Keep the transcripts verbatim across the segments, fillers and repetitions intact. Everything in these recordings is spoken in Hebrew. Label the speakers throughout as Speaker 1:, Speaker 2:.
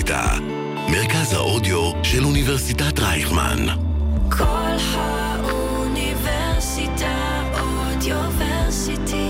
Speaker 1: אוניברסיטה, מרכז האודיו של אוניברסיטת רייכמן.
Speaker 2: כל האוניברסיטה אודיוורסיטי.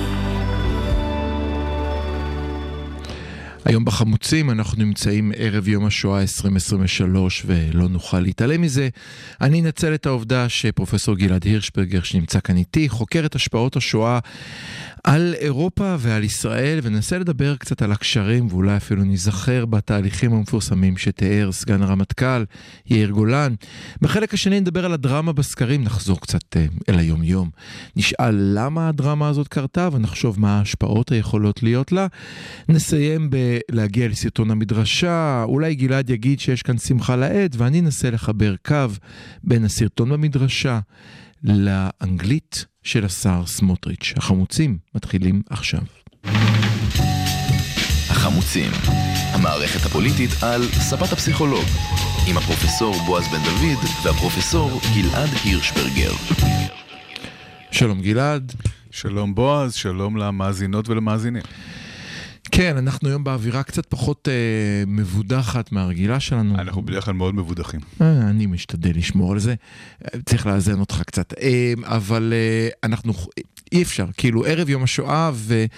Speaker 3: היום בחמוצים אנחנו נמצאים ערב יום השואה עשרים עשרים ושלוש ולא נוכל להתעלם מזה. אני אנצל את העובדה שפרופסור גלעד הירשברגר שנמצא כאן איתי, חוקר את השפעות השואה על אירופה ועל ישראל, וננסה לדבר קצת על הקשרים ואולי אפילו נזכר בתהליכים המפורסמים שתיאר סגן הרמטכ"ל יאיר גולן. בחלק השני נדבר על הדרמה בסקרים, נחזור קצת אל היום יום. נשאל למה הדרמה הזאת קרתה ונחשוב מה ההשפעות היכולות להיות לה. נסיים בלהגיע לסרטון המדרשה, אולי גלעד יגיד שיש כאן שמחה לעד, ואני אנסה לחבר קו בין הסרטון במדרשה לאנגלית של השר סמוטריץ'. החמוצים מתחילים עכשיו.
Speaker 4: החמוצים, המערכת הפוליטית על ספת הפסיכולוג, עם הפרופסור בועז בן דוד והפרופסור גלעד הירשברגר.
Speaker 3: שלום גלעד.
Speaker 5: שלום בועז, שלום למאזינות ולמאזינים.
Speaker 3: כן, אנחנו היום באווירה קצת פחות אה, מבודחת מהרגילה שלנו.
Speaker 5: אנחנו בדרך כלל מאוד מבודחים.
Speaker 3: אה, אני משתדל לשמור על זה. צריך לאזן אותך קצת. אה, אבל אה, אנחנו, אי אפשר, כאילו ערב יום השואה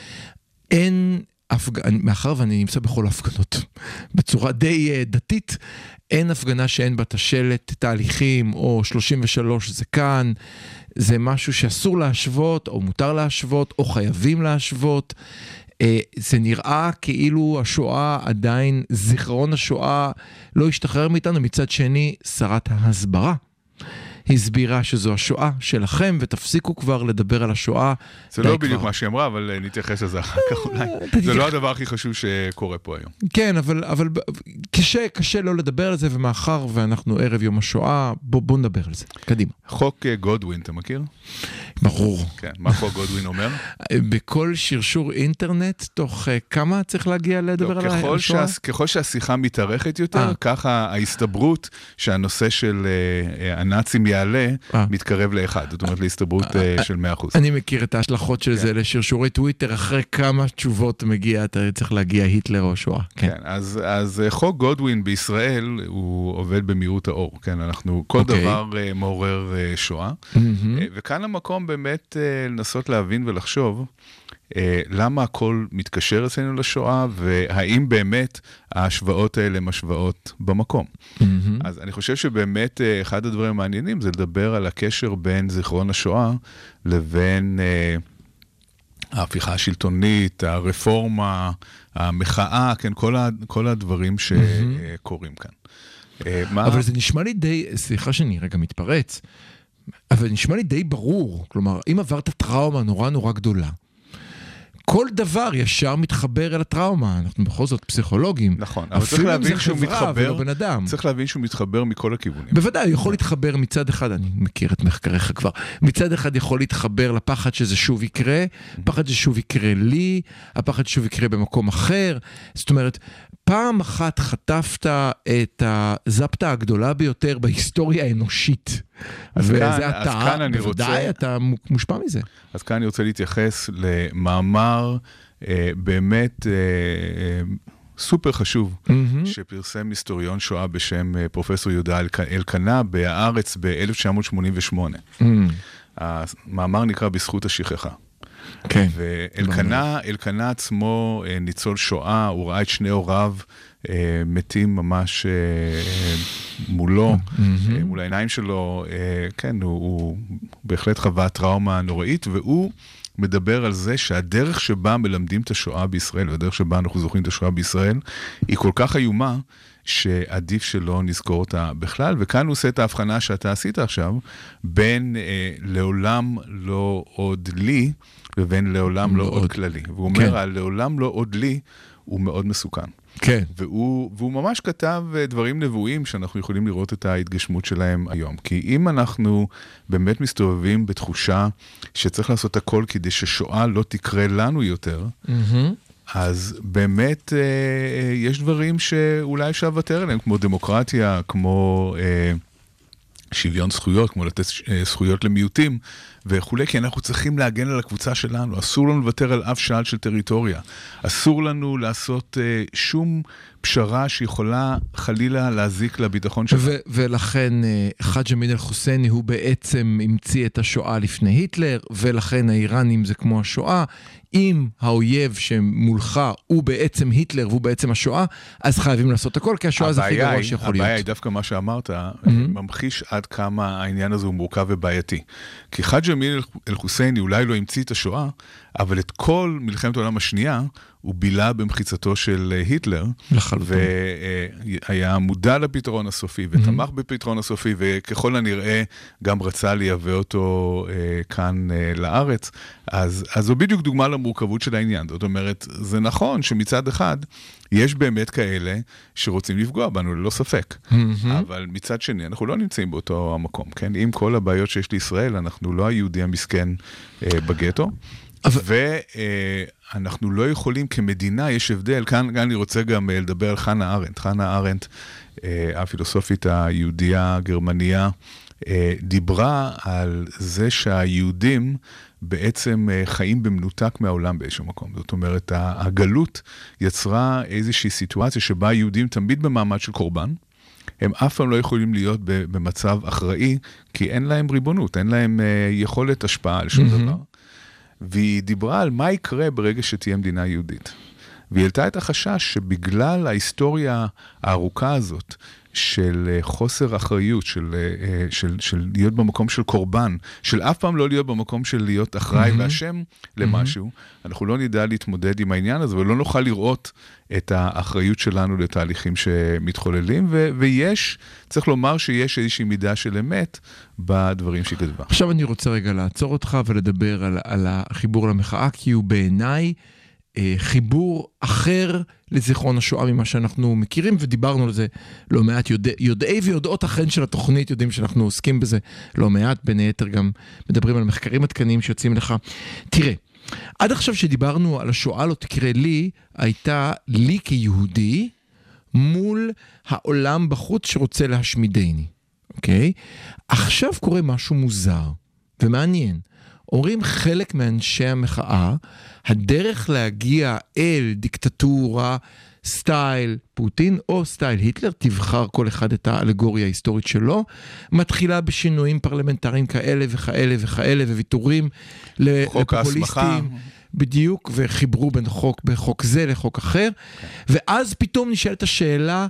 Speaker 3: ואין, הפג... מאחר ואני נמצא בכל הפגנות, בצורה די אה, דתית, אין הפגנה שאין בה תשלט תהליכים או שלושים ושלוש זה כאן. זה משהו שאסור להשוות או מותר להשוות או חייבים להשוות. זה נראה כאילו השואה עדיין, זיכרון השואה לא השתחרר מאיתנו. מצד שני, שרת ההסברה הסבירה שזו השואה שלכם, ותפסיקו כבר לדבר על השואה.
Speaker 5: זה לא בדיוק מה שהיא אמרה, אבל נתייחס לזה אחר כך אולי. זה לא הדבר הכי חשוב שקורה פה היום.
Speaker 3: כן, אבל, אבל קשה, קשה לא לדבר על זה, ומאחר ואנחנו ערב יום השואה, בוא, בוא נדבר על זה. קדימה.
Speaker 5: חוק גודווין, אתה מכיר?
Speaker 3: ברור.
Speaker 5: כן, מה חוק גודווין אומר?
Speaker 3: בכל שרשור אינטרנט, תוך כמה צריך להגיע לדבר על השואה?
Speaker 5: ככל שהשיחה מתארכת יותר, ככה ההסתברות שהנושא של הנאצים יעלה, מתקרב לאחד. זאת אומרת, להסתברות של מאה אחוז.
Speaker 3: אני מכיר את ההשלכות של זה לשרשורי טוויטר, אחרי כמה תשובות מגיע, אתה צריך להגיע היטלר או שואה.
Speaker 5: כן, אז חוק גודווין בישראל, הוא עובד במהירות האור. כן, אנחנו, כל דבר מעורר שואה. וכאן המקום באמת לנסות להבין ולחשוב למה הכל מתקשר אצלנו לשואה, והאם באמת ההשוואות האלה משוואות במקום. אז אני חושב שבאמת אחד הדברים המעניינים זה לדבר על הקשר בין זיכרון השואה לבין ההפיכה השלטונית, הרפורמה, המחאה, כן, כל, ה, כל הדברים שקורים כאן.
Speaker 3: אבל זה נשמע לי די, סליחה שאני רגע מתפרץ, אבל נשמע לי די ברור, כלומר, אם עברת טראומה נורא נורא גדולה, כל דבר ישר מתחבר אל הטראומה. אנחנו בכל זאת פסיכולוגים.
Speaker 5: נכון, אבל צריך להבין שהוא מתחבר,
Speaker 3: בן אדם.
Speaker 5: צריך להבין שהוא מתחבר מכל הכיוונים.
Speaker 3: בוודאי, הוא יכול להתחבר מצד אחד, אני מכיר את מחקריך כבר, מצד אחד יכול להתחבר לפחד שזה שוב יקרה, הפחד שזה שוב יקרה לי, הפחד ששוב יקרה במקום אחר. זאת אומרת, פעם אחת חטפת את הזפטה הגדולה ביותר בהיסטוריה האנושית. וזה אתה, בוודאי אתה מושפע מזה.
Speaker 5: אז כאן אני רוצה להתייחס למאמר אה, באמת אה, אה, סופר חשוב, mm-hmm. שפרסם היסטוריון שואה בשם אה, פרופסור יהודה אלקנה בהארץ ב-אלף תשע מאות שמונים ושמונה. Mm-hmm. המאמר נקרא בזכות השכחה.
Speaker 3: כן.
Speaker 5: ואלקנה, אלקנה עצמו אה, ניצול שואה, הוא ראה את שני הוריו אה, מתים ממש אה, מולו, mm-hmm. אה, מול העיניים שלו, אה, כן, הוא, הוא בהחלט חווה טראומה נוראית, והוא מדבר על זה שהדרך שבה מלמדים את השואה בישראל, והדרך שבה אנחנו זוכרים את השואה בישראל, היא כל כך איומה, שעדיף שלא נזכור אותה בכלל, וכאן הוא עושה את ההבחנה שאתה עשית עכשיו, בין אה, לעולם לא עוד לי, לבין לעולם לא, לא עוד, עוד כללי. והוא אומר, כן. לעולם לא עוד לי, הוא מאוד מסוכן.
Speaker 3: כן.
Speaker 5: והוא, והוא ממש כתב דברים נבואים שאנחנו יכולים לראות את ההתגשמות שלהם היום. כי אם אנחנו באמת מסתובבים בתחושה שצריך לעשות הכל כדי ששואה לא תקרה לנו יותר, mm-hmm. אז באמת אה, יש דברים שאולי אפשר לוותר עליהם, כמו דמוקרטיה, כמו אה, שוויון זכויות, כמו לתת זכויות למיעוטים וכולי, כי אנחנו צריכים להגן על הקבוצה שלנו. אסור לנו לוותר על אף שעל של טריטוריה. אסור לנו לעשות אה, שום פשרה שיכולה חלילה להזיק לביטחון שלה.
Speaker 3: ו- ולכן חאג' אמין אל-חוסייני הוא בעצם המציא את השואה לפני היטלר, ולכן האיראנים זה כמו השואה. אם האויב שמולך הוא בעצם היטלר והוא בעצם השואה, אז חייבים לעשות הכל, כי השואה זה הכי גרוע שיכול להיות.
Speaker 5: הבעיה היא דווקא מה שאמרת, ממחיש עד כמה העניין הזה הוא מורכב ובעייתי. כי חאג' אמין אל-חוסייני אולי לא המציא את השואה, אבל את כל מלחמת העולם השנייה, הוא בילה במחיצתו של היטלר, והיה מודע לפתרון הסופי, ותמך בפתרון הסופי, וככל הנראה גם רצה לייבא אותו כאן לארץ. אז זו בדיוק דוגמה למורכבות של העניין. זאת אומרת, זה נכון שמצד אחד, יש באמת כאלה שרוצים לפגוע בנו, ללא ספק. אבל מצד שני, אנחנו לא נמצאים באותו המקום, כן? עם כל הבעיות שיש לישראל, אנחנו לא היהודי המסכן בגטו. ואנחנו לא יכולים כמדינה, יש הבדל, כאן אני רוצה גם לדבר על חנה ארנדט. חנה ארנדט, הפילוסופית היהודיה הגרמניה, דיברה על זה שהיהודים בעצם חיים במנותק מהעולם באיזשהו מקום. זאת אומרת, הגלות יצרה איזושהי סיטואציה שבה היהודים תמיד במעמד של קורבן, הם אף פעם לא יכולים להיות במצב אחראי, כי אין להם ריבונות, אין להם יכולת השפעה על שום דבר. והיא דיברה על מה יקרה ברגע שתהיה מדינה יהודית. והיא העלתה את החשש שבגלל ההיסטוריה הארוכה הזאת, של חוסר אחריות, של, של, של להיות במקום של קורבן, של אף פעם לא להיות במקום של להיות אחראי והשם למשהו, אנחנו לא נדע להתמודד עם העניין הזה, ולא נוכל לראות את האחריות שלנו לתהליכים שמתחוללים, ו- ויש, צריך לומר שיש איזושהי מידה של אמת בדברים שהיא כתבה.
Speaker 3: עכשיו אני רוצה רגע לעצור אותך ולדבר על, על החיבור למחאה, כי הוא בעיניי חיבור אחר לזיכרון השואה ממה שאנחנו מכירים, ודיברנו על זה לא מעט. יודע, יודעי ויודעות אכן של התוכנית יודעים שאנחנו עוסקים בזה לא מעט, בין היתר גם מדברים על מחקרים עדכניים שיוצאים לך. תראה, עד עכשיו שדיברנו על השואה לא תקרה לי, הייתה לי כיהודי מול העולם בחוץ שרוצה להשמידני. אוקיי? עכשיו קורה משהו מוזר ומעניין. אומרים חלק מאנשי המחאה, הדרך להגיע אל דיקטטורה, סטייל פוטין או סטייל היטלר, תבחר כל אחד את האלגוריה ההיסטורית שלו, מתחילה בשינויים פרלמנטריים כאלה וכאלה וכאלה, וויתורים לפופוליסטים. בדיוק, וחיברו בין חוק, בחוק זה לחוק אחר, ואז פתאום נשאלת השאלה,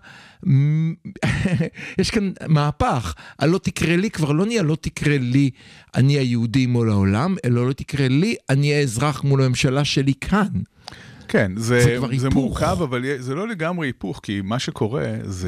Speaker 3: יש כאן מהפך, הלא תקרה לי, כבר לא נהיה לא תקרה לי, אני היהודי מול העולם, אלא לא תקרה לי, אני האזרח מול הממשלה שלי כאן.
Speaker 5: כן, זה, זה, זה מורכב, אבל זה לא לגמרי היפוך, כי מה שקורה זה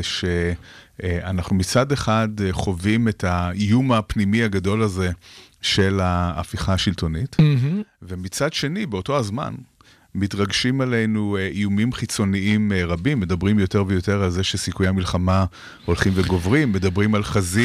Speaker 5: שאנחנו מצד אחד חווים את האיום הפנימי הגדול הזה, של ההפיכה השלטונית, mm-hmm. ומצד שני, באותו הזמן, מתרגשים עלינו איומים חיצוניים רבים, מדברים יותר ויותר על זה שסיכויי המלחמה הולכים וגוברים, מדברים על חזית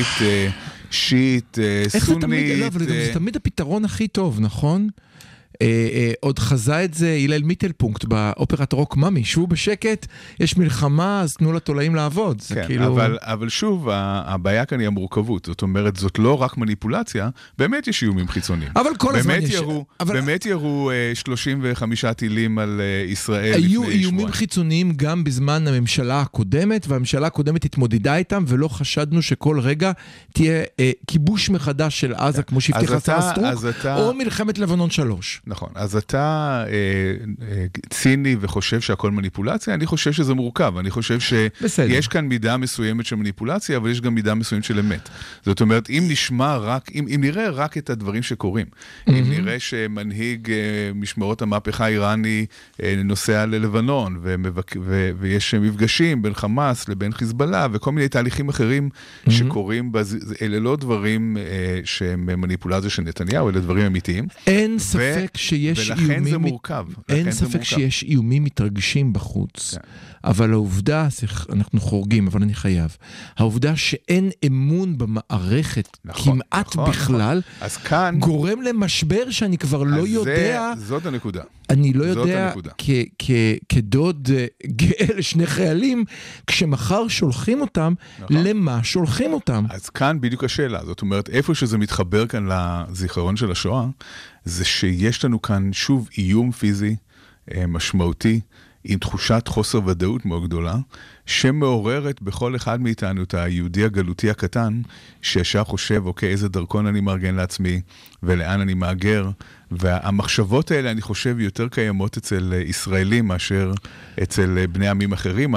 Speaker 5: שיעית, סונית.
Speaker 3: תמיד, לא, אבל זה תמיד הפתרון הכי טוב, נכון? אה, אה, עוד חזה את זה הלל מיטלפונקט באופרת רוק ממי, שבו בשקט, יש מלחמה, אז תנו לתולעים לעבוד.
Speaker 5: כן,
Speaker 3: כאילו...
Speaker 5: אבל, אבל שוב, הבעיה כאן היא המורכבות, זאת אומרת, זאת לא רק מניפולציה, באמת יש איומים חיצוניים.
Speaker 3: אבל כל הזמן יש...
Speaker 5: ירו,
Speaker 3: אבל...
Speaker 5: באמת ירו אה, שלושים וחמישה טילים על אה, ישראל לפני
Speaker 3: היו
Speaker 5: שבוע.
Speaker 3: איומים חיצוניים גם בזמן הממשלה הקודמת, והממשלה הקודמת התמודדה איתם, ולא חשדנו שכל רגע תהיה אה, כיבוש מחדש של עזה, כמו שהבטיחה שר סטרוק, אתה... או מלחמת לבנון שלוש.
Speaker 5: נכון, אז אתה אה, אה, ציני וחושב שהכל מניפולציה, אני חושב שזה מורכב, אני חושב שיש כאן מידה מסוימת של מניפולציה, אבל יש גם מידה מסוימת של אמת. זאת אומרת, אם נשמע רק, אם, אם נראה רק את הדברים שקורים, mm-hmm. אם נראה שמנהיג אה, משמרות המהפכה האיראני אה, נוסע ללבנון, ומבק... ו... ויש מפגשים בין חמאס לבין חיזבאללה, וכל מיני תהליכים אחרים mm-hmm. שקורים, בז... אלה לא דברים אה, שהם מניפולציה של נתניהו, אלה דברים אמיתיים.
Speaker 3: אין ספק ו... שיש
Speaker 5: ולכן
Speaker 3: איומים...
Speaker 5: זה מורכב.
Speaker 3: אין ספק
Speaker 5: מורכב.
Speaker 3: שיש איומים מתרגשים בחוץ.
Speaker 5: כן.
Speaker 3: אבל העובדה, אנחנו חורגים, אבל אני חייב, העובדה שאין אמון במערכת
Speaker 5: נכון,
Speaker 3: כמעט
Speaker 5: נכון,
Speaker 3: בכלל,
Speaker 5: נכון. אז כאן...
Speaker 3: גורם למשבר שאני כבר לא יודע...
Speaker 5: זה, זאת הנקודה.
Speaker 3: אני לא יודע, כ- כ- כדוד גאה לשני חיילים, כשמחר שולחים אותם, נכון. למה שולחים אותם?
Speaker 5: אז כאן בדיוק השאלה, זאת אומרת, איפה שזה מתחבר כאן לזיכרון של השואה, זה שיש לנו כאן שוב איום פיזי משמעותי, עם תחושת חוסר ודאות מאוד גדולה, שמעוררת בכל אחד מאיתנו את היהודי הגלותי הקטן, שישר חושב, אוקיי, איזה דרכון אני מארגן לעצמי, ולאן אני מאגר, והמחשבות האלה, אני חושב, יותר קיימות אצל ישראלים, מאשר אצל בני עמים אחרים.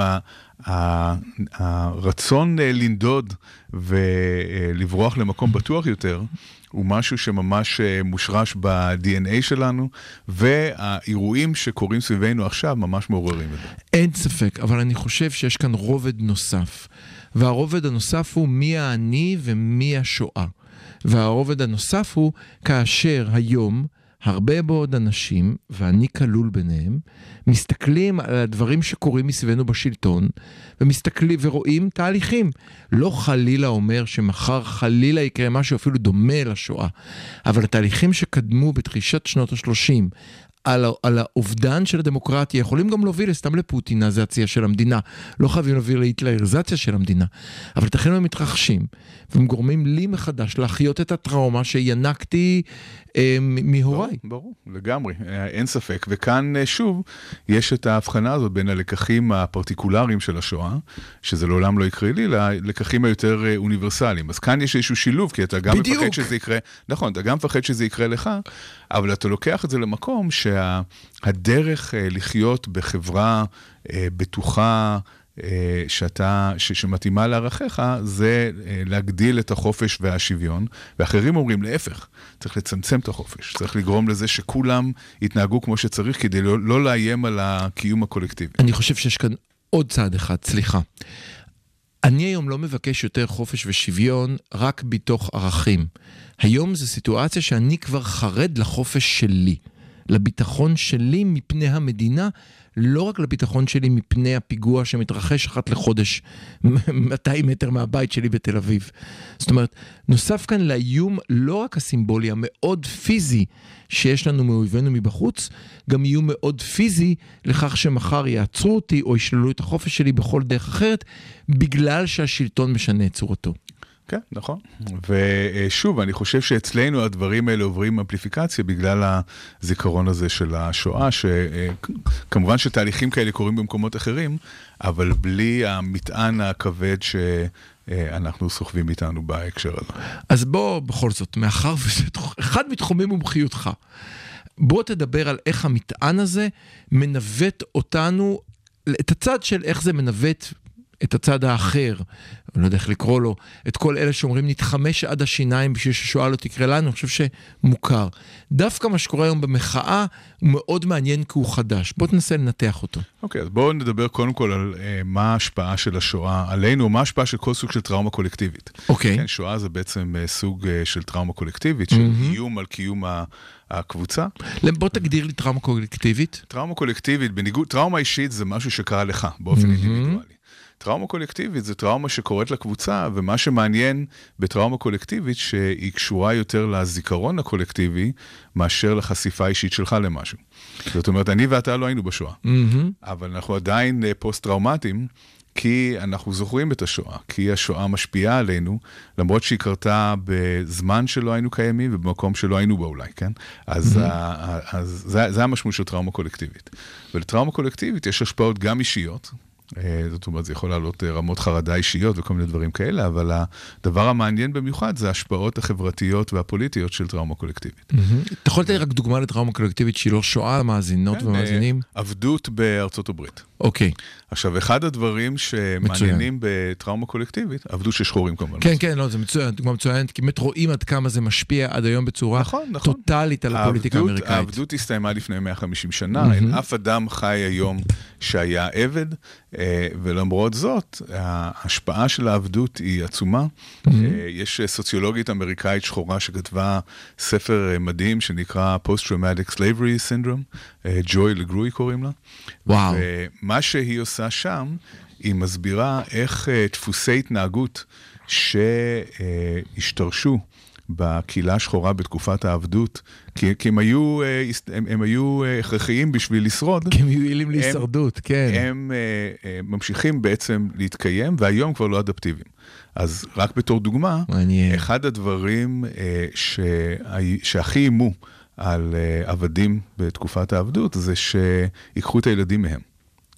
Speaker 5: הרצון לנדוד ולברוח למקום בטוח יותר, הוא משהו שממש מושרש ב-די אן איי שלנו, והאירועים שקורים סביבנו עכשיו ממש מעוררים את זה.
Speaker 3: אין ספק, אבל אני חושב שיש כאן רובד נוסף. והרובד הנוסף הוא מי האני ומי השואה. והרובד הנוסף הוא כאשר היום הרבה מאוד אנשים, ואני כלול ביניהם, מסתכלים על הדברים שקורים מסביבנו בשלטון, ומסתכלים ורואים תהליכים. לא חלילה אומר שמחר חלילה יקרה משהו אפילו דומה לשואה, אבל התהליכים שקדמו בתחישת שנות ה-שלושים, על, על האובדן של הדמוקרטיה, יכולים גם להוביל סתם לפוטינזציה של המדינה, לא חייבים להוביל להיטלריזציה של המדינה, אבל תכן הם מתרחשים, והם גורמים לי מחדש להחיות את הטראומה שינקתי אה, מהוריי.
Speaker 5: ברור, ברור, לגמרי, אין ספק, וכאן שוב, יש את ההבחנה הזאת בין הלקחים הפרטיקולריים של השואה, שזה לעולם לא יקרה לי, ללקחים היותר אוניברסליים. אז כאן יש איזשהו שילוב, כי אתה גם בדיוק. מפחד שזה יקרה, נכון, אתה גם מפחד שזה יקרה לך, אבל אתה לוקח את זה למקום שהדרך לחיות בחברה בטוחה, שאתה, שמתאימה לערכיך, זה להגדיל את החופש והשוויון, ואחרים אומרים להפך, צריך לצמצם את החופש, צריך לגרום לזה שכולם יתנהגו כמו שצריך, כדי לא, לא לאיים על הקיום הקולקטיבי.
Speaker 3: אני חושב שיש כאן עוד צעד אחד, סליחה. אני היום לא מבקש יותר חופש ושוויון רק בתוך ערכים. היום זו סיטואציה שאני כבר חרד לחופש שלי, לביטחון שלי מפני המדינה, לא רק לביטחון שלי מפני הפיגוע שמתרחש אחת לחודש, מאתיים מטר מהבית שלי בתל אביב. זאת אומרת, נוסף כאן לאיום לא רק הסימבולי, המאוד פיזי שיש לנו מאויבינו מבחוץ, גם איום מאוד פיזי לכך שמחר יעצרו אותי או ישללו את החופש שלי בכל דרך אחרת, בגלל שהשלטון משנה את צורתו.
Speaker 5: כן, נכון. ושוב, אני חושב שאצלנו הדברים האלה עוברים אמפליפיקציה בגלל הזיכרון הזה של השואה, שכמובן שתהליכים כאלה קורים במקומות אחרים, אבל בלי המטען הכבד שאנחנו סוחבים איתנו בהקשר הזה.
Speaker 3: אז בוא בכל זאת, מאחר וזה אחד מתחומי מומחיותך, בוא תדבר על איך המטען הזה מנווט אותנו, את הצד של איך זה מנווט את הצד האחר, אני לא יודע איך לקרוא לו, את כל אלה שאומרים נתחמש עד השיניים בשביל ששואה לא תקרה לנו, אני חושב שמוכר. דווקא מה שקורה היום במחאה הוא מאוד מעניין כי הוא חדש. בוא תנסה לנתח אותו.
Speaker 5: אוקיי, אז בואו נדבר קודם כל על אה, מה ההשפעה של השואה עלינו, מה ההשפעה של כל סוג של טראומה קולקטיבית.
Speaker 3: אוקיי.
Speaker 5: כן, שואה זה בעצם אה, סוג אה, של טראומה קולקטיבית, של mm-hmm. איום על קיום ה... הקבוצה.
Speaker 3: בוא תגדיר לי טראומה קולקטיבית.
Speaker 5: טראומה קולקטיבית, בניגוד, טראומה אישית זה משהו שקרה לך באופן mm-hmm. אינדיבידואלי. טראומה קולקטיבית זה טראומה שקורית לקבוצה, ומה שמעניין בטראומה קולקטיבית שהיא קשורה יותר לזיכרון הקולקטיבי, מאשר לחשיפה אישית שלך למשהו. זאת אומרת, אני ואתה לא היינו בשואה, mm-hmm. אבל אנחנו עדיין פוסט-טראומטיים, כי אנחנו זוכרים את השואה, כי השואה משפיעה עלינו, למרות שהיא קרתה בזמן שלא היינו קיימים, ובמקום שלא היינו בה אולי, כן? אז, mm-hmm. ה- אז זה, זה המשמעות של טראומה קולקטיבית. ולטראומה קולקטיבית יש השפעות גם אישיות, זאת אומרת, זה יכול לעלות רמות חרדה אישיות וכל מיני דברים כאלה, אבל הדבר המעניין במיוחד זה ההשפעות החברתיות והפוליטיות של טראומה קולקטיבית.
Speaker 3: אתה יכול לתת רק דוגמה לטראומה קולקטיבית שהיא לא שואה, מאזינות ומאזינים?
Speaker 5: עבדות בארצות הברית.
Speaker 3: אוקיי.
Speaker 5: עכשיו, אחד הדברים שמעניינים בטראומה קולקטיבית, עבדות של שחורים כמובן.
Speaker 3: כן, כן, לא, זה מצוין, דוגמה מצוינת, כי באמת רואים עד כמה זה משפיע עד היום בצורה טוטלית על הפוליטיקה האמריקאית.
Speaker 5: העבדות הסתיימה לפני מאה וחמישים שנה, אין אף אדם חי היום שהיה עבד, ולמרות זאת, ההשפעה של העבדות היא עצומה. יש סוציולוגית אמריקאית שחורה שכתבה ספר מדהים שנקרא Post-Traumatic Slavery Syndrome, ג'וי לגרוי קוראים לה.
Speaker 3: וואו.
Speaker 5: ומה שהיא עושה שם, היא מסבירה איך דפוסי התנהגות שהשתרשו בקהילה השחורה בתקופת העבדות, כי, כי הם היו, הם, הם היו הכרחיים בשביל לשרוד.
Speaker 3: כי הם היו אילים להישרדות, כן.
Speaker 5: הם, הם ממשיכים בעצם להתקיים, והיום כבר לא אדפטיביים. אז רק בתור דוגמה, מעניין. אחד הדברים שה, שהכי אימו על עבדים בתקופת העבדות, זה שיקחו את הילדים מהם.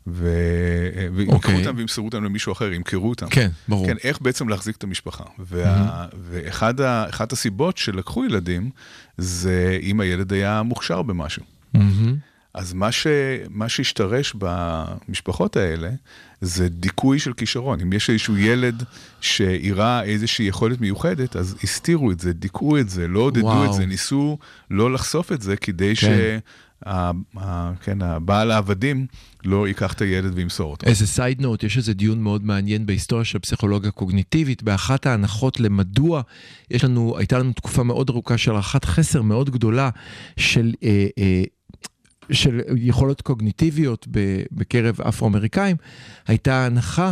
Speaker 5: ויקחו אותם וימסרו אותם למישהו אחר, ימכרו אותם.
Speaker 3: כן, ברור.
Speaker 5: כן, איך בעצם להחזיק את המשפחה. ואחת הסיבות שלקחו ילדים, זה אם הילד היה מוכשר במשהו. אז מה ש, מה שהשתרש במשפחות האלה, זה דיכוי של כישרון. אם יש איזשהו ילד שיראה איזושהי יכולת מיוחדת, אז הסתירו את זה, דיכאו את זה, לא עודדו וואו. את זה, ניסו לא לחשוף את זה, כדי כן. שה, כן, הבעל העבדים לא ייקח את הילד וימסור אותו.
Speaker 3: איזה סייד נוט, יש איזה דיון מאוד מעניין בהיסטוריה של פסיכולוגיה קוגניטיבית, באחת ההנחות למדוע, יש לנו, הייתה לנו תקופה מאוד ארוכה של הערכת חסר מאוד גדולה של אה, אה, של יכולות קוגניטיביות בקרב אפרו-אמריקאים, הייתה הנחה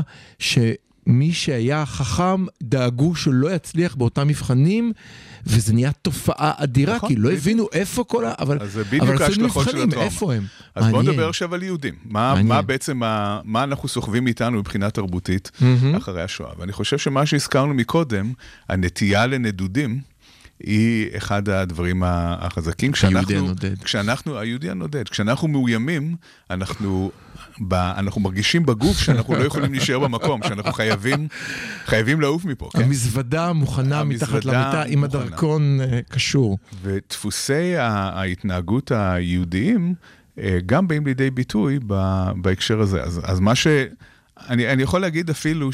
Speaker 3: שמי שהיה חכם דאגו שלא יצליח באותם מבחנים, וזה נהיה תופעה אדירה, כי לא הבינו איפה כל ה... אבל עשו מבחנים, איפה הם?
Speaker 5: אז בואו נדבר עכשיו על יהודים. מה בעצם, מה אנחנו סוחבים איתנו מבחינה תרבותית אחרי השואה? ואני חושב שמה שהזכרנו מקודם, הנטייה לנדודים, היא אחד הדברים החזקים.
Speaker 3: היהודי הנודד.
Speaker 5: כשאנחנו, היהודי הנודד, כשאנחנו מאוימים, אנחנו, ב, אנחנו מרגישים בגוף שאנחנו לא יכולים להישאר במקום, שאנחנו חייבים, חייבים לעוף מפה. כן?
Speaker 3: המזוודה מוכנה מתחת למיטה עם הדרכון קשור.
Speaker 5: ודפוסי ההתנהגות היהודיים גם באים לידי ביטוי בהקשר הזה. אז, אז מה ש... אני, אני יכול להגיד אפילו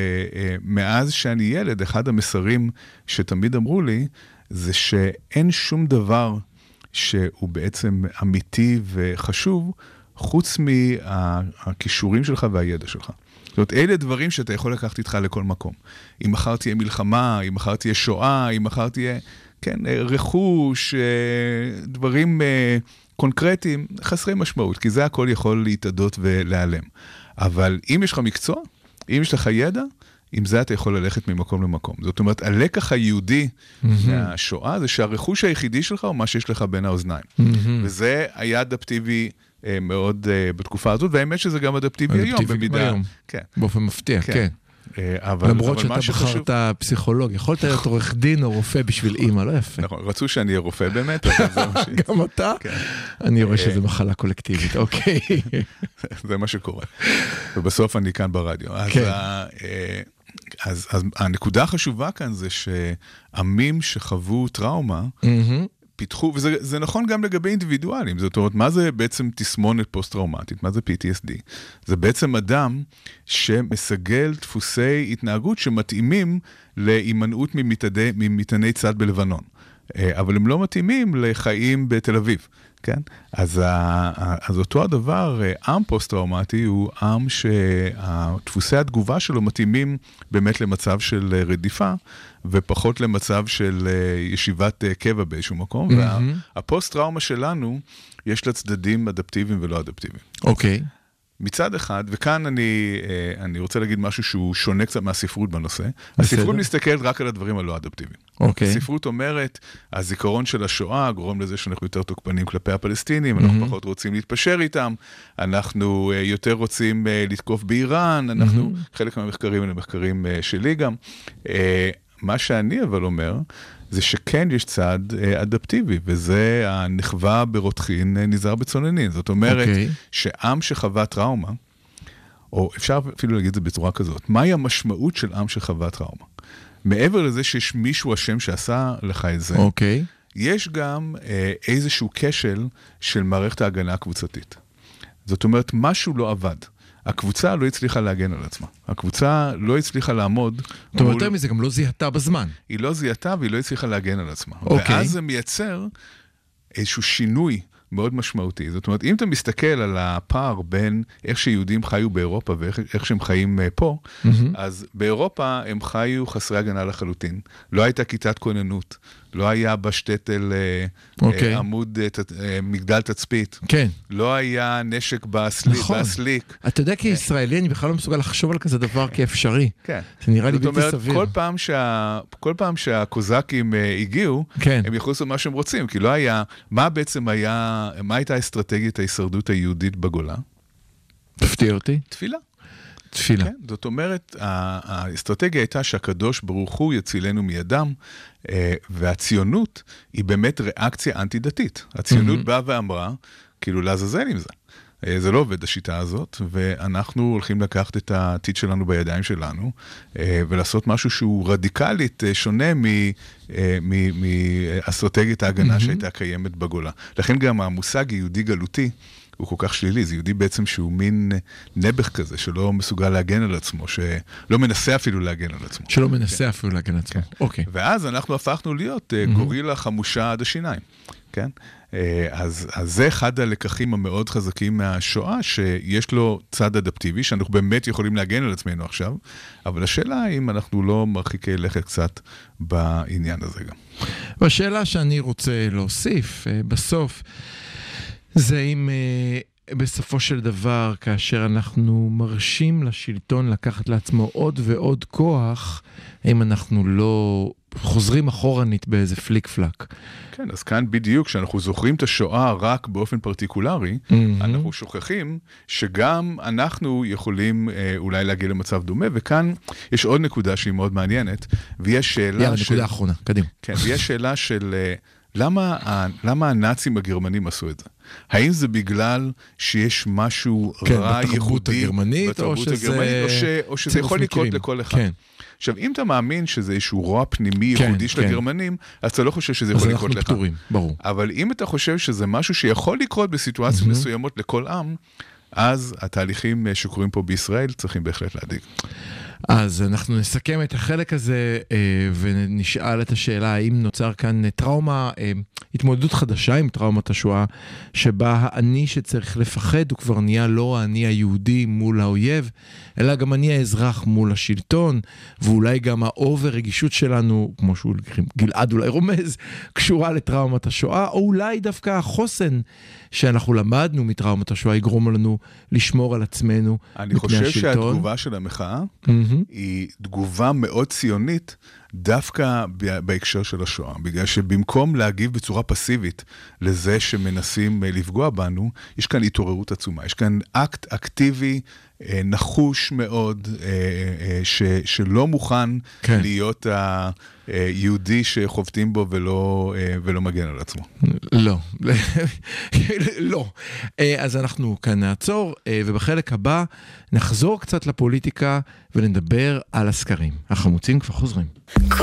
Speaker 5: שמאז שאני ילד, אחד המסרים שתמיד אמרו לי, זה שאין שום דבר שהוא בעצם אמיתי וחשוב, חוץ מהכישורים שלך והידע שלך. זאת אומרת, אלה דברים שאתה יכול לקחת איתך לכל מקום. אם מחר תהיה מלחמה, אם מחר תהיה שואה, אם מחר תהיה, כן, רכוש, דברים קונקרטיים, חסרי משמעות, כי זה הכל יכול להתעדות ולהיעלם. אבל אם יש לך מקצוע, אם יש לך ידע, עם זה אתה יכול ללכת ממקום למקום. זאת אומרת, הלקח היהודי מהשואה זה שהרכוש היחידי שלך הוא מה שיש לך בין האוזניים. וזה היה אדפטיבי מאוד בתקופה הזאת, והאמת שזה גם אדפטיבי היום במידה.
Speaker 3: באופן מפתיע, כן. למרות שאתה בחרת פסיכולוג, יכולת להיות עורך דין או רופא בשביל אימא, לא יפה.
Speaker 5: נכון, רצו שאני אהיה רופא באמת.
Speaker 3: גם אתה? אני רואה שזה מחלה קולקטיבית, אוקיי.
Speaker 5: זה מה שקורה. ובסוף אני כאן ברדיו. אז הנקודה החשובה כאן זה שעמים שחוו טראומה, פיתחו, וזה נכון גם לגבי אינדיבידואלים, זאת אומרת, מה זה בעצם תסמונת פוסט-טראומטית? מה זה פי טי אס די? זה בעצם אדם שמסגל דפוסי התנהגות שמתאימים להימנעות ממטעני צד בלבנון. אבל הם לא מתאימים לחיים בתל אביב, כן? אז, אז אותו הדבר, עם פוסט-טראומטי הוא עם שדפוסי התגובה שלו מתאימים באמת למצב של רדיפה, ופחות למצב של ישיבת קבע באיזשהו מקום, והפוסט-טראומה שלנו, יש לה צדדים אדפטיביים ולא אדפטיביים.
Speaker 3: אוקיי.
Speaker 5: מצד אחד, וכאן אני, אני רוצה להגיד משהו שהוא שונה קצת מהספרות בנושא. הספרות מסתכלת רק על הדברים הלא אדפטיביים.
Speaker 3: אוקיי.
Speaker 5: הספרות אומרת, הזיכרון של השואה גורם לזה שאנחנו יותר תוקפנים כלפי הפלסטינים, אנחנו פחות רוצים להתפשר איתם, אנחנו יותר רוצים לתקוף באיראן, אנחנו, חלק מהמחקרים אלה מחקרים שלי גם. מה שאני אבל אומר, זה שכן יש צד אדפטיבי, וזה הנחווה ברותחין נזהר בצוננין. זאת אומרת, okay. שעם שחווה טראומה, או אפשר אפילו להגיד את זה בצורה כזאת, מהי המשמעות של עם שחווה טראומה? מעבר לזה שיש מישהו השם שעשה לך את זה,
Speaker 3: okay.
Speaker 5: יש גם אה, איזשהו כשל של מערכת ההגנה הקבוצתית. זאת אומרת, משהו לא עבד. הקבוצה לא הצליחה להגן על עצמה. הקבוצה לא הצליחה לעמוד.
Speaker 3: זאת אומרת, יותר מזה, גם לא זיהתה בזמן.
Speaker 5: היא לא זיהתה והיא לא הצליחה להגן על עצמה.
Speaker 3: אוקיי.
Speaker 5: ואז זה מייצר איזשהו שינוי מאוד משמעותי. זאת אומרת, אם אתה מסתכל על הפער בין איך שיהודים חיו באירופה ואיך שהם חיים פה, אז באירופה הם חיו חסרי הגנה לחלוטין. לא הייתה כיתת כוננות. לא היה בשטטל
Speaker 3: okay.
Speaker 5: עמוד, מגדל תצפית.
Speaker 3: כן.
Speaker 5: לא היה נשק בסליק.
Speaker 3: נכון.
Speaker 5: בסליק.
Speaker 3: אתה יודע, כישראלי, אני בכלל לא מסוגל לחשוב על כזה דבר כאפשרי.
Speaker 5: כן.
Speaker 3: זה נראה לי בלתי
Speaker 5: אומרת,
Speaker 3: סביר.
Speaker 5: כל פעם, שה, כל פעם שהקוזקים הגיעו,
Speaker 3: כן.
Speaker 5: הם יכלו לעשות מה שהם רוצים, כי לא היה, מה בעצם היה, מה הייתה אסטרטגיית ההישרדות היהודית בגולה?
Speaker 3: תפתיע אותי.
Speaker 5: תפילה.
Speaker 3: תפילה.
Speaker 5: כן, זאת אומרת, האסטרטגיה הייתה שהקדוש ברוך הוא יצילנו מידם, והציונות היא באמת ריאקציה אנטי-דתית. הציונות באה ואמרה, כאילו לעזאזל עם זה. זה לא עובד השיטה הזאת, ואנחנו הולכים לקחת את העתיד שלנו בידיים שלנו, ולעשות משהו שהוא רדיקלית שונה מאסטרטגיית ההגנה שהייתה קיימת בגולה. לכן גם המושג יהודי גלותי, הוא כל כך שלילי, זה יהודי בעצם שהוא מין נבח כזה, שלא מסוגל להגן על עצמו, שלא מנסה אפילו להגן על עצמו.
Speaker 3: שלא מנסה אפילו להגן על עצמו, אוקיי.
Speaker 5: ואז אנחנו הפכנו להיות גורילה חמושה עד השיניים, כן? אז, אז זה אחד הלקחים המאוד חזקים מהשואה, שיש לו צד אדפטיבי, שאנחנו באמת יכולים להגן על עצמנו עכשיו, אבל השאלה האם אנחנו לא מרחיקי לכת קצת בעניין הזה גם.
Speaker 3: והשאלה שאני רוצה להוסיף בסוף, זה אם uh, בסופו של דבר, כאשר אנחנו מרשים לשלטון לקחת לעצמו עוד ועוד כוח, אם אנחנו לא חוזרים אחורנית באיזה פליק פלק.
Speaker 5: כן, אז כאן בדיוק, כשאנחנו זוכרים את השואה רק באופן פרטיקולרי, mm-hmm. אנחנו שוכחים שגם אנחנו יכולים אה, אולי להגיע למצב דומה, וכאן יש עוד נקודה שהיא מאוד מעניינת, ויש שאלה
Speaker 3: יאללה,
Speaker 5: של...
Speaker 3: נקודה אחרונה, קדימה.
Speaker 5: כן, ויש שאלה של... אה, למה, למה הנאצים הגרמנים עשו את זה? האם זה בגלל שיש משהו
Speaker 3: כן,
Speaker 5: רע
Speaker 3: בתרבות
Speaker 5: יהודי
Speaker 3: הגרמנית,
Speaker 5: בתרבות
Speaker 3: או שזה,
Speaker 5: הגרמנית, או, ש, או שזה יכול לקרות לכל אחד? כן. עכשיו, אם אתה מאמין שזה איזשהו רוע פנימי
Speaker 3: כן,
Speaker 5: ייחודי של
Speaker 3: כן.
Speaker 5: הגרמנים, אז אתה לא חושב שזה יכול לקרות לך.
Speaker 3: אז אנחנו פטורים, ברור.
Speaker 5: אבל אם אתה חושב שזה משהו שיכול לקרות בסיטואציות mm-hmm. מסוימות לכל עם, אז התהליכים שקורים פה בישראל צריכים בהחלט להדאיג.
Speaker 3: אז אנחנו נסכם את החלק הזה ונשאל את השאלה האם נוצר כאן טראומה, התמודדות חדשה עם טראומת השואה, שבה האני שצריך לפחד הוא כבר נהיה לא האני היהודי מול האויב, אלא גם אני האזרח מול השלטון, ואולי גם האובר רגישות שלנו, כמו שהוא גלעד אולי רומז, קשורה לטראומת השואה, או אולי דווקא החוסן שאנחנו למדנו מטראומת השואה יגרום לנו לשמור על עצמנו מפני השלטון.
Speaker 5: אני חושב שהתגובה של המחאה mm-hmm. היא תגובה מאוד ציונית, דווקא בהקשר של השואה, בגלל שבמקום להגיב בצורה פסיבית לזה שמנסים לפגוע בנו, יש כאן התעוררות עצומה, יש כאן אקט אקטיבי, נחוש מאוד, ש, שלא מוכן כן. להיות היהודי שחובטים בו ולא, ולא מגן על עצמו.
Speaker 3: לא, לא. אז אנחנו כאן נעצור, ובחלק הבא נחזור קצת לפוליטיקה ונדבר על הסקרים. החמוצים כבר חוזרים.
Speaker 2: כל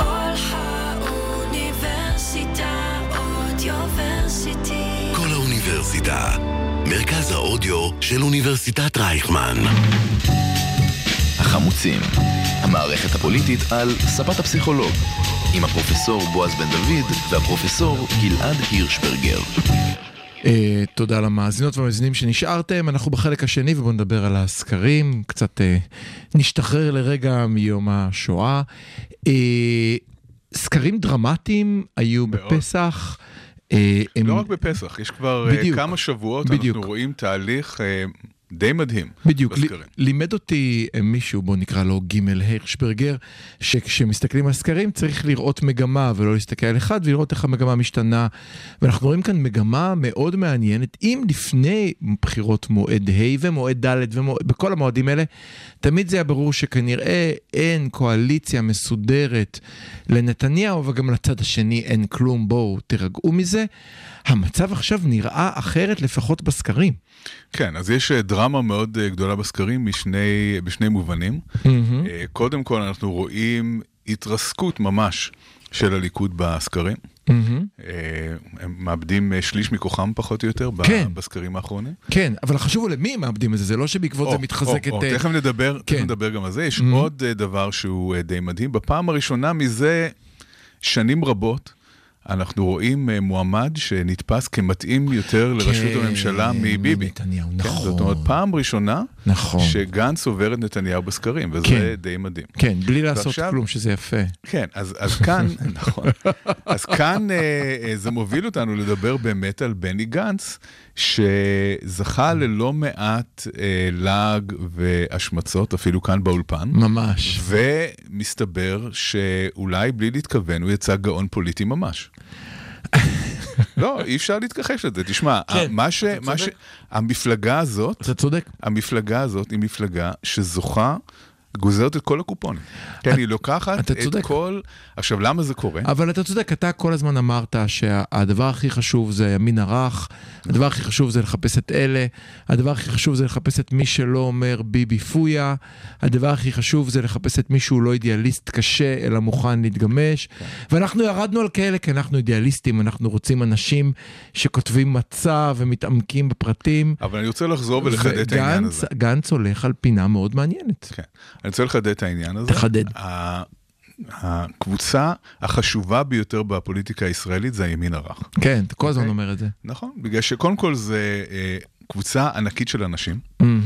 Speaker 2: האוניברסיטה אודיוורסיטי.
Speaker 1: כל האוניברסיטה. מרכז האודיו של אוניברסיטת רייכמן.
Speaker 4: החמוצים, המערכת הפוליטית על ספת הפסיכולוג, עם הפרופסור בועז בן דוד והפרופסור גלעד הירשברגר.
Speaker 3: Uh, תודה למאזינות והמאזינים שנשארתם. אנחנו בחלק השני ובואו נדבר על הסקרים, קצת uh, נשתחרר לרגע מיום השואה. Uh, סקרים דרמטיים היו מאוד. בפסח.
Speaker 5: Uh, הם... לא רק בפסח, יש כבר בדיוק, כמה שבועות בדיוק. אנחנו רואים תהליך... Uh, די מדהים.
Speaker 3: בדיוק, ל- לימד אותי מישהו, בוא נקרא לו גימל הירשברגר, שכשמסתכלים על סקרים צריך לראות מגמה ולא להסתכל על אחד ולראות איך המגמה משתנה, ואנחנו רואים כאן מגמה מאוד מעניינת, אם לפני בחירות מועד ה' ומועד ד' ובכל המועדים האלה, תמיד זה היה ברור שכנראה אין קואליציה מסודרת לנתניהו, וגם לצד השני אין כלום, בואו תרגעו מזה. המצב עכשיו נראה אחרת לפחות בסקרים.
Speaker 5: כן, אז יש דרמה מאוד גדולה בסקרים משני, בשני מובנים. Mm-hmm. קודם כל אנחנו רואים התרסקות ממש של הליכוד בסקרים. Mm-hmm. הם מאבדים שליש מכוחם פחות או יותר כן. בסקרים האחרונים.
Speaker 3: כן, אבל חשוב למי מאבדים את זה? זה לא שבעקבות או, זה מתחזק או, את...
Speaker 5: או, תכף נדבר, כן. תכף נדבר גם על זה. יש mm-hmm. עוד דבר שהוא די מדהים. בפעם הראשונה מזה שנים רבות, אנחנו רואים מועמד שנתפס כמתאים יותר לראשות הממשלה מביבי.
Speaker 3: נתניהו, נכון.
Speaker 5: זאת אומרת, פעם ראשונה
Speaker 3: נכון.
Speaker 5: שגנץ עובר את נתניהו בסקרים, וזה
Speaker 3: כן.
Speaker 5: די מדהים.
Speaker 3: כן, בלי לעשות ועכשיו, כלום, שזה יפה.
Speaker 5: כן, אז, אז כאן, נכון. אז כאן אה, זה מוביל אותנו לדבר באמת על בני גנץ, שזכה ללא מעט אה, לעג והשמצות, אפילו כאן באולפן.
Speaker 3: ממש.
Speaker 5: ומסתבר שאולי בלי להתכוון, הוא יצא גאון פוליטי ממש. לא, אי אפשר להתכחש לזה. תשמע,
Speaker 3: כן,
Speaker 5: מה ש... מה ש... המפלגה הזאת...
Speaker 3: אתה צודק.
Speaker 5: המפלגה הזאת היא מפלגה שזוכה גוזרת את כל הקופונים. כן, היא לוקחת את
Speaker 3: צודק.
Speaker 5: כל... עכשיו, למה זה קורה?
Speaker 3: אבל אתה צודק, אתה כל הזמן אמרת שהדבר הכי חשוב זה ימין הרך, הדבר הכי חשוב זה לחפש את אלה, הדבר הכי חשוב זה לחפש את מי שלא אומר ביבי פויה, הדבר הכי חשוב זה לחפש את מי שהוא לא אידיאליסט קשה, אלא מוכן להתגמש, ואנחנו ירדנו על כאלה, כי אנחנו אידיאליסטים, אנחנו רוצים אנשים שכותבים מצע ומתעמקים בפרטים.
Speaker 5: אבל אני רוצה לחזור ולחדד את העניין הזה.
Speaker 3: גנץ הולך על פינה מאוד מעניינת.
Speaker 5: כן. אני רוצה לחדד את העניין הזה.
Speaker 3: תחדד.
Speaker 5: הקבוצה החשובה ביותר בפוליטיקה הישראלית זה הימין הרך.
Speaker 3: כן, אתה כל הזמן אומר את זה.
Speaker 5: נכון, בגלל שקודם כל זה קבוצה ענקית של אנשים.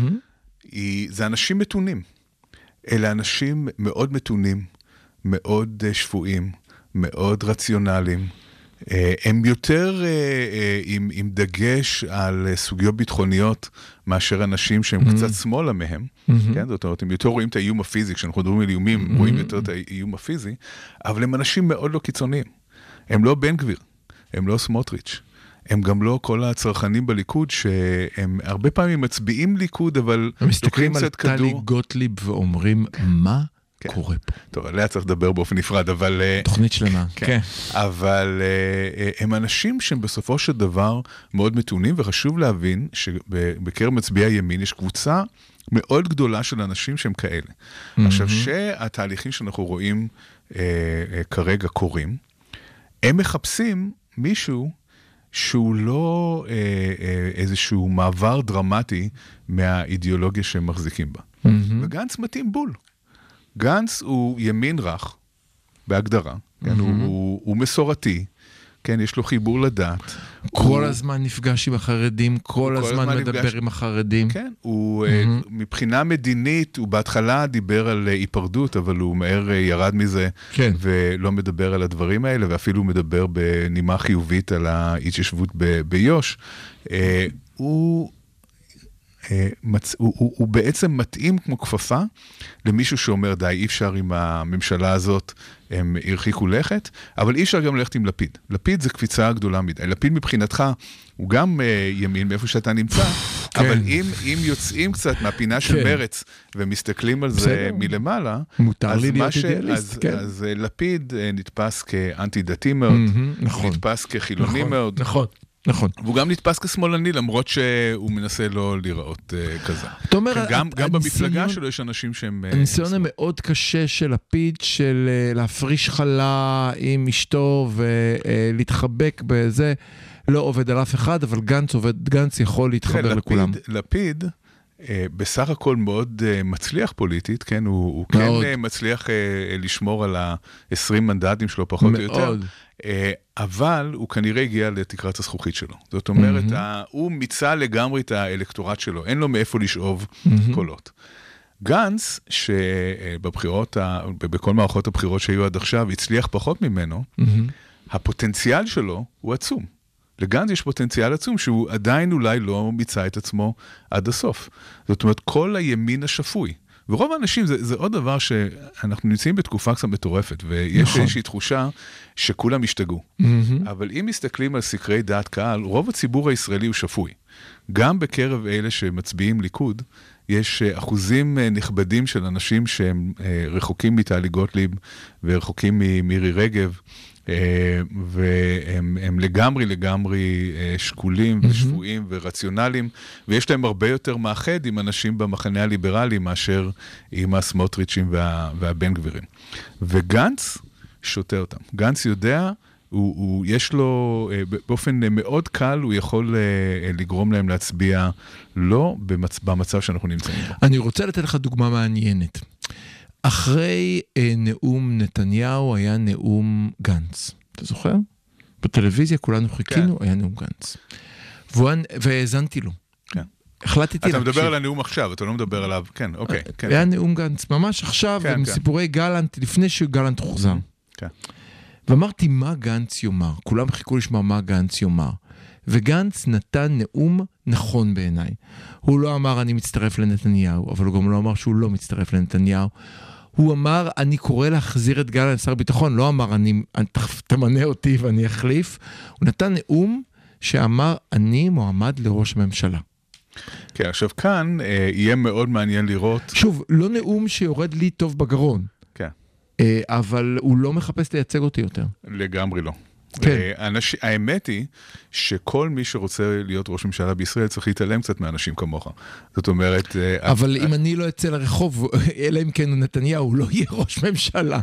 Speaker 5: זה אנשים מתונים. אלה אנשים מאוד מתונים, מאוד שפויים, מאוד רציונליים. הם יותר עם, עם דגש על סוגיות ביטחוניות מאשר אנשים שהם mm-hmm. קצת שמאלה מהם, mm-hmm. כן? זאת אומרת, הם יותר רואים את האיום הפיזי, כשאנחנו מדברים על איומים, mm-hmm. רואים יותר את האיום הפיזי, אבל הם אנשים מאוד לא קיצוניים. הם לא בן גביר, הם לא סמוטריץ', הם גם לא כל הצרכנים בליכוד, שהם הרבה פעמים מצביעים ליכוד, אבל
Speaker 3: מסתכלים על טלי גוטליב ואומרים, מה?
Speaker 5: כן.
Speaker 3: קורה פה.
Speaker 5: טוב, עליה צריך לדבר באופן נפרד, אבל...
Speaker 3: תוכנית שלמה.
Speaker 5: כן. כן. אבל הם אנשים שהם בסופו של דבר מאוד מתונים, וחשוב להבין שבקרב מצביעי הימין יש קבוצה מאוד גדולה של אנשים שהם כאלה. Mm-hmm. עכשיו, שהתהליכים שאנחנו רואים אה, אה, כרגע קורים, הם מחפשים מישהו שהוא לא אה, אה, איזשהו מעבר דרמטי מהאידיאולוגיה שהם מחזיקים בה. Mm-hmm. וגנץ מתאים בול. גנץ הוא ימין רך, בהגדרה, כן? mm-hmm. הוא, הוא, הוא מסורתי, כן? יש לו חיבור לדת.
Speaker 3: כל הוא... הזמן נפגש עם החרדים, כל, כל הזמן, הזמן מדבר נפגש... עם החרדים.
Speaker 5: כן, הוא, mm-hmm. מבחינה מדינית, הוא בהתחלה דיבר על היפרדות, אבל הוא מהר ירד מזה, כן. ולא מדבר על הדברים האלה, ואפילו מדבר בנימה חיובית על ההתיישבות ב- ביוש. הוא... מצ... הוא, הוא, הוא בעצם מתאים כמו כפפה למישהו שאומר די, אי אפשר עם הממשלה הזאת, הם הרחיקו לכת, אבל אי אפשר גם ללכת עם לפיד. לפיד זה קפיצה גדולה מדי. לפיד מבחינתך הוא גם uh, ימין מאיפה שאתה נמצא, כן. אבל אם, אם יוצאים קצת מהפינה של כן. מרץ ומסתכלים על זה מלמעלה,
Speaker 3: מותר לי להיות ש... אידיאליסט.
Speaker 5: אז,
Speaker 3: כן.
Speaker 5: אז uh, לפיד uh, נתפס כאנטי דתי מאוד,
Speaker 3: mm-hmm, נכון.
Speaker 5: נתפס כחילוני
Speaker 3: נכון,
Speaker 5: מאוד.
Speaker 3: נכון. נכון.
Speaker 5: והוא גם נתפס כשמאלני, למרות שהוא מנסה לא לראות uh, כזה.
Speaker 3: אתה אומר,
Speaker 5: גם, גם במפלגה שלו יש אנשים שהם...
Speaker 3: הניסיון המאוד קשה של לפיד, של uh, להפריש חלה עם אשתו ולהתחבק בזה, לא עובד על אף אחד, אבל גנץ עובד, גנץ יכול להתחבר
Speaker 5: לפיד,
Speaker 3: לכולם.
Speaker 5: לפיד, uh, בסך הכל מאוד uh, מצליח פוליטית, כן? הוא, הוא כן uh, מצליח uh, לשמור על ה-עשרים מנדטים שלו פחות או יותר. מאוד. אבל הוא כנראה הגיע לתקרת הזכוכית שלו. זאת אומרת, mm-hmm. הוא מיצה לגמרי את האלקטורט שלו, אין לו מאיפה לשאוב mm-hmm. קולות. גנץ, שבבחירות, בכל מערכות הבחירות שהיו עד עכשיו, הצליח פחות ממנו, mm-hmm. הפוטנציאל שלו הוא עצום. לגנץ יש פוטנציאל עצום, שהוא עדיין אולי לא מיצה את עצמו עד הסוף. זאת אומרת, כל הימין השפוי, ורוב האנשים, זה, זה עוד דבר שאנחנו נמצאים בתקופה קצת מטורפת, ויש נכון. איזושהי תחושה שכולם השתגעו. Mm-hmm. אבל אם מסתכלים על סקרי דעת קהל, רוב הציבור הישראלי הוא שפוי. גם בקרב אלה שמצביעים ליכוד, יש אחוזים נכבדים של אנשים שהם רחוקים מטלי גוטליב, ורחוקים ממירי רגב, והם הם לגמרי לגמרי שקולים ושפויים ורציונליים, ויש להם הרבה יותר מאחד עם אנשים במחנה הליברלי מאשר עם הסמוטריצ'ים וה, והבן גבירים. וגנץ שותה אותם. גנץ יודע, הוא, הוא, יש לו, באופן מאוד קל, הוא יכול לגרום להם להצביע לא במצ, במצב שאנחנו נמצאים בו.
Speaker 3: אני רוצה לתת לך דוגמה מעניינת. אחרי אה, נאום נתניהו היה נאום גנץ. אתה זוכר? בטלוויזיה כולנו חיכינו, כן. היה נאום גנץ. והאזנתי לו.
Speaker 5: כן.
Speaker 3: החלטתי
Speaker 5: אתה להקשיב. מדבר על הנאום עכשיו, אתה לא מדבר עליו. כן, אוקיי. כן.
Speaker 3: היה נאום גנץ ממש עכשיו, כן, עם כן. סיפורי גלנט, לפני שגלנט חוזר.
Speaker 5: כן.
Speaker 3: ואמרתי, מה גנץ יאמר? כולם חיכו לשמוע מה גנץ יאמר. וגנץ נתן נאום נכון בעיניי. הוא לא אמר אני מצטרף לנתניהו, אבל הוא גם לא אמר שהוא לא מצטרף לנתניהו. הוא אמר אני קורא להחזיר את גלנט שר ביטחון, לא אמר אני, תמנה אותי ואני אחליף. הוא נתן נאום שאמר אני מועמד לראש הממשלה.
Speaker 5: כן, עכשיו כאן אה, יהיה מאוד מעניין לראות...
Speaker 3: שוב, לא נאום שיורד לי טוב בגרון.
Speaker 5: כן.
Speaker 3: אה, אבל הוא לא מחפש לייצג אותי יותר.
Speaker 5: לגמרי לא.
Speaker 3: כן.
Speaker 5: אנש... האמת היא שכל מי שרוצה להיות ראש ממשלה בישראל צריך להתעלם קצת מאנשים כמוך. זאת אומרת...
Speaker 3: אבל אם אני לא אצא לרחוב, אלא אם כן נתניהו לא יהיה ראש ממשלה.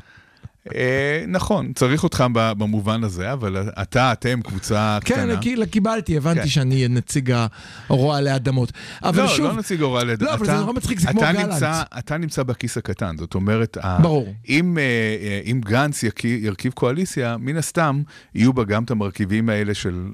Speaker 5: נכון, צריך אותך במובן הזה, אבל אתה, אתם, קבוצה קטנה.
Speaker 3: כן, קיבלתי, הבנתי שאני נציג הרוע לאדמות.
Speaker 5: לא, לא נציג הרוע לאדמות.
Speaker 3: לא, אבל זה נורא מצחיק, זה כמו גלנט.
Speaker 5: אתה נמצא בכיס הקטן, זאת אומרת,
Speaker 3: ברור.
Speaker 5: אם גנץ ירכיב קואליציה, מן הסתם יהיו בה גם את המרכיבים האלה של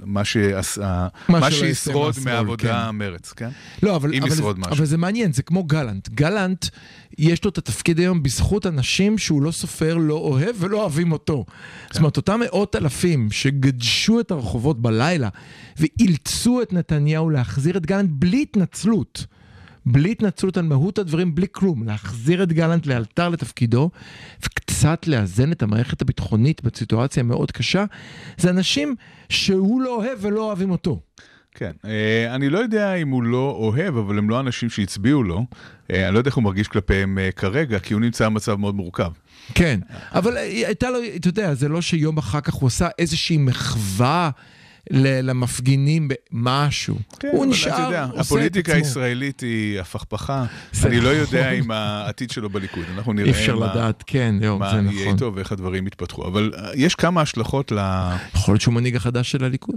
Speaker 5: מה שישרוד מהעבודה מרץ, כן?
Speaker 3: לא, אבל זה מעניין, זה כמו גלנט. גלנט, יש לו את התפקיד היום בזכות אנשים שהוא לא סופר, לא אוהב ולא אוהבים אותו. זאת אומרת, אותם מאות אלפים שגדשו את הרחובות בלילה ואילצו את נתניהו להחזיר את גלנט בלי התנצלות. בלי התנצלות על מהות הדברים, בלי כלום. להחזיר את גלנט לאלתר לתפקידו וקצת לאזן את המערכת הביטחונית בסיטואציה מאוד קשה. זה אנשים שהוא לא אוהב ולא אוהבים אותו.
Speaker 5: כן, אני לא יודע אם הוא לא אוהב, אבל הם לא אנשים שהצביעו לו. אני לא יודע איך הוא מרגיש כלפיהם כרגע, כי הוא נמצא במצב מאוד מורכב.
Speaker 3: כן, אבל הייתה לו, אתה יודע, זה לא שיום אחר כך הוא עשה איזושהי מחווה למפגינים במשהו. הוא נשאר, עושה את עצמו.
Speaker 5: הפוליטיקה הישראלית היא הפכפכה. אני לא יודע אם העתיד שלו בליכוד. אנחנו נראה
Speaker 3: אפשר לדעת, כן,
Speaker 5: מה יהיה איתו ואיך הדברים יתפתחו. אבל יש כמה השלכות ל...
Speaker 3: יכול להיות שהוא מנהיג החדש של הליכוד.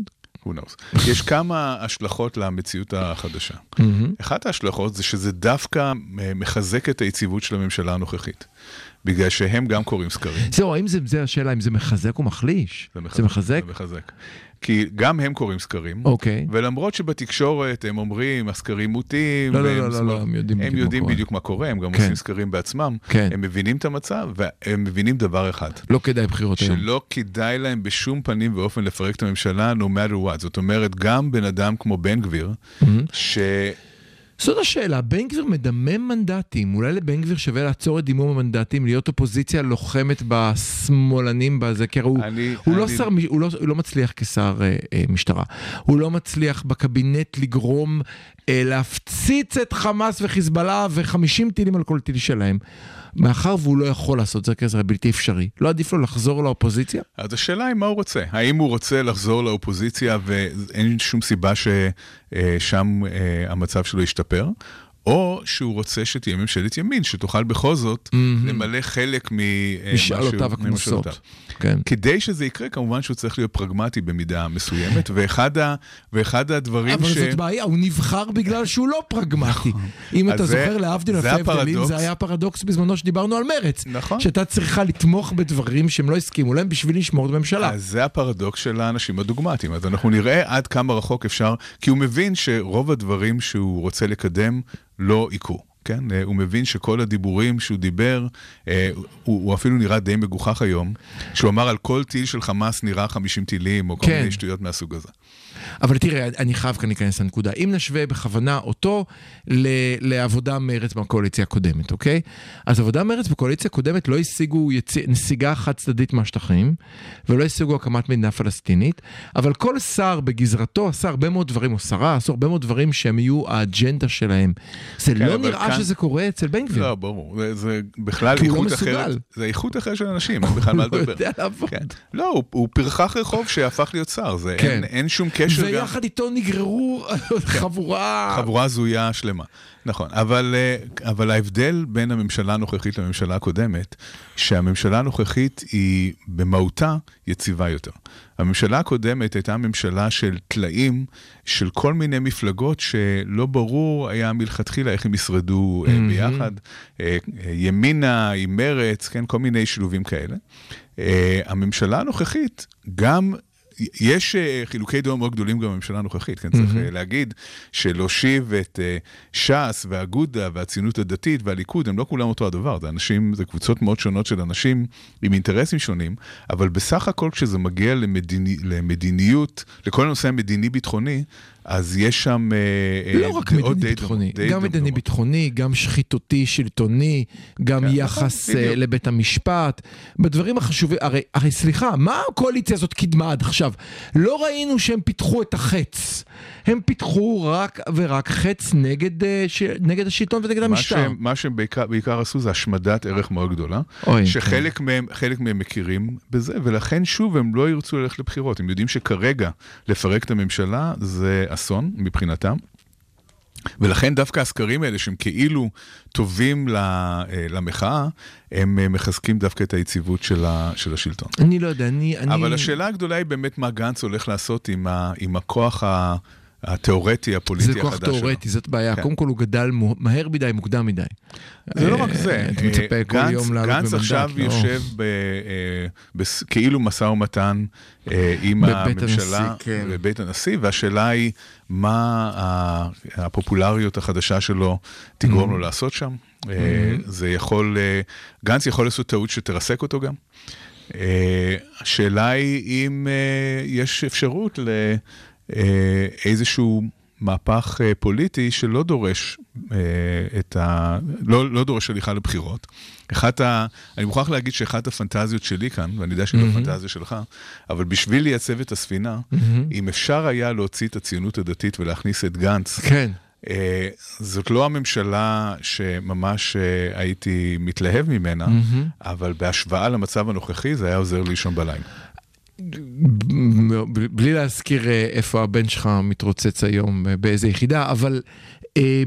Speaker 5: יש כמה השלכות למציאות החדשה. אחת ההשלכות זה שזה דווקא מחזק את היציבות של הממשלה הנוכחית. בגלל שהם גם קוראים סקרים.
Speaker 3: זהו, האם זה השאלה, אם זה מחזק או מחליש? זה מחזק?
Speaker 5: זה מחזק. כי גם הם קוראים סקרים,
Speaker 3: אוקיי.
Speaker 5: ולמרות שבתקשורת הם אומרים, הסקרים מוטים,
Speaker 3: לא, לא, לא, לא, הם יודעים,
Speaker 5: הם יודעים בדיוק מה קורה, הם גם כן. עושים סקרים בעצמם,
Speaker 3: כן.
Speaker 5: הם מבינים את המצב, והם מבינים דבר אחד.
Speaker 3: לא כדאי בחירות היום.
Speaker 5: שלא כדאי להם בשום פנים ואופן לפרק את הממשלה, no matter what. זאת אומרת, גם בן אדם כמו בן גביר, mm-hmm. ש...
Speaker 3: זאת השאלה, בן גביר מדמם מנדטים, אולי לבן גביר שווה לעצור את דימום המנדטים, להיות אופוזיציה לוחמת בשמאלנים בזה, כי הוא, אני, הוא, אני... לא שר, הוא, לא, הוא לא מצליח כשר אה, אה, משטרה, הוא לא מצליח בקבינט לגרום אה, להפציץ את חמאס וחיזבאללה וחמישים טילים על כל טיל שלהם, מאחר והוא לא יכול לעשות זה כזה בלתי אפשרי. לא עדיף לו לחזור לאופוזיציה?
Speaker 5: אז השאלה היא מה הוא רוצה. האם הוא רוצה לחזור לאופוזיציה ואין שום סיבה ששם המצב שלו ישתפר? או שהוא רוצה שתהיה ממשלת ימין, שתוכל בכל זאת למלא חלק
Speaker 3: משאלותיו הכמוסות.
Speaker 5: כדי שזה יקרה, כמובן שהוא צריך להיות פרגמטי במידה מסוימת, ואחד הדברים ש...
Speaker 3: אבל זאת בעיה, הוא נבחר בגלל שהוא לא פרגמטי. אם אתה זוכר להבדיל אלפי הבדלים, זה היה פרדוקס בזמנו שדיברנו על מרץ.
Speaker 5: נכון.
Speaker 3: שאתה צריכה לתמוך בדברים שהם לא הסכימו להם בשביל לשמור את הממשלה.
Speaker 5: אז זה הפרדוקס של האנשים הדוגמטיים. אז אנחנו נראה עד כמה רחוק אפשר, כי הוא מבין שרוב הדברים שהוא רוצה לקדם לא יקרו, כן? הוא מבין שכל הדיבורים שהוא דיבר, הוא, הוא אפילו נראה די מגוחך היום, שהוא אמר על כל טיל של חמאס נראה חמישים טילים, או כל כן. מיני שטויות מהסוג הזה.
Speaker 3: אבל תראה, אני חייב כאן להיכנס לנקודה. אם נשווה בכוונה אותו לעבודה מרץ בקואליציה הקודמת, אוקיי? אז עבודה מרץ בקואליציה הקודמת לא השיגו יצ... נסיגה חד צדדית מהשטחים, ולא השיגו הקמת מדינה פלסטינית, אבל כל שר בגזרתו עשה הרבה מאוד דברים, או שרה, עשו הרבה מאוד דברים שהם יהיו האג'נדה שלהם. זה כן, לא נראה כאן... שזה קורה אצל בן גביר.
Speaker 5: לא, ברור. זה, זה בכלל איכות
Speaker 3: לא
Speaker 5: אחרת. זה איכות אחרת של אנשים, אין בכלל מה לדבר.
Speaker 3: הוא יודע לעבוד.
Speaker 5: כן. לא, הוא, הוא פרחח רחוב שהפך להיות שר. זה, כן. אין, אין שום קשר
Speaker 3: ויחד גם... איתו נגררו חבורה...
Speaker 5: חבורה זויה שלמה. נכון, אבל, אבל ההבדל בין הממשלה הנוכחית לממשלה הקודמת, שהממשלה הנוכחית היא במהותה יציבה יותר. הממשלה הקודמת הייתה ממשלה של תלאים, של כל מיני מפלגות שלא ברור היה מלכתחילה איך הם ישרדו mm-hmm. ביחד, ימינה, עם מרץ, כן, כל מיני שילובים כאלה. הממשלה הנוכחית גם... יש חילוקי דעות מאוד גדולים גם בממשלה הנוכחית, כן, צריך mm-hmm. להגיד שלהושיב את ש"ס והאגודה והציונות הדתית והליכוד, הם לא כולם אותו הדבר, זה אנשים, זה קבוצות מאוד שונות של אנשים עם אינטרסים שונים, אבל בסך הכל כשזה מגיע למדיני, למדיניות, לכל הנושא המדיני-ביטחוני, אז יש שם...
Speaker 3: לא רק מדיני-ביטחוני, גם מדיני-ביטחוני, גם שחיתותי, שלטוני, גם יחס לבית המשפט, בדברים החשובים, הרי סליחה, מה הקואליציה הזאת קידמה עד עכשיו? לא ראינו שהם פיתחו את החץ, הם פיתחו רק ורק חץ נגד, נגד השלטון ונגד המשטר.
Speaker 5: שהם, מה שהם בעיקר, בעיקר עשו זה השמדת ערך מאוד גדולה,
Speaker 3: אוי,
Speaker 5: שחלק
Speaker 3: כן.
Speaker 5: מהם, חלק מהם מכירים בזה, ולכן שוב הם לא ירצו ללכת לבחירות. הם יודעים שכרגע לפרק את הממשלה זה אסון מבחינתם. ולכן דווקא הסקרים האלה שהם כאילו טובים למחאה, הם מחזקים דווקא את היציבות של, ה, של השלטון.
Speaker 3: אני לא יודע, אני...
Speaker 5: אבל
Speaker 3: אני...
Speaker 5: השאלה הגדולה היא באמת מה גנץ הולך לעשות עם, ה, עם הכוח ה... התיאורטי, הפוליטי החדש שלו.
Speaker 3: זה כוח תיאורטי, זאת בעיה. קודם כל הוא גדל מהר מדי, מוקדם מדי.
Speaker 5: זה לא רק זה.
Speaker 3: אתה מצפה כל יום לעלות במנדט.
Speaker 5: גנץ עכשיו יושב כאילו משא ומתן עם הממשלה בבית הנשיא, והשאלה היא מה הפופולריות החדשה שלו תגרום לו לעשות שם. זה יכול, גנץ יכול לעשות טעות שתרסק אותו גם. השאלה היא אם יש אפשרות ל... איזשהו מהפך פוליטי שלא דורש את ה... לא, לא דורש הליכה לבחירות. אחת ה... אני מוכרח להגיד שאחת הפנטזיות שלי כאן, ואני יודע שלא פנטזיה שלך, אבל בשביל לייצב את הספינה, אם אפשר היה להוציא את הציונות הדתית ולהכניס את גנץ,
Speaker 3: כן.
Speaker 5: זאת לא הממשלה שממש הייתי מתלהב ממנה, אבל בהשוואה למצב הנוכחי זה היה עוזר לישון בלילה.
Speaker 3: בלי להזכיר איפה הבן שלך מתרוצץ היום, באיזה יחידה, אבל אה,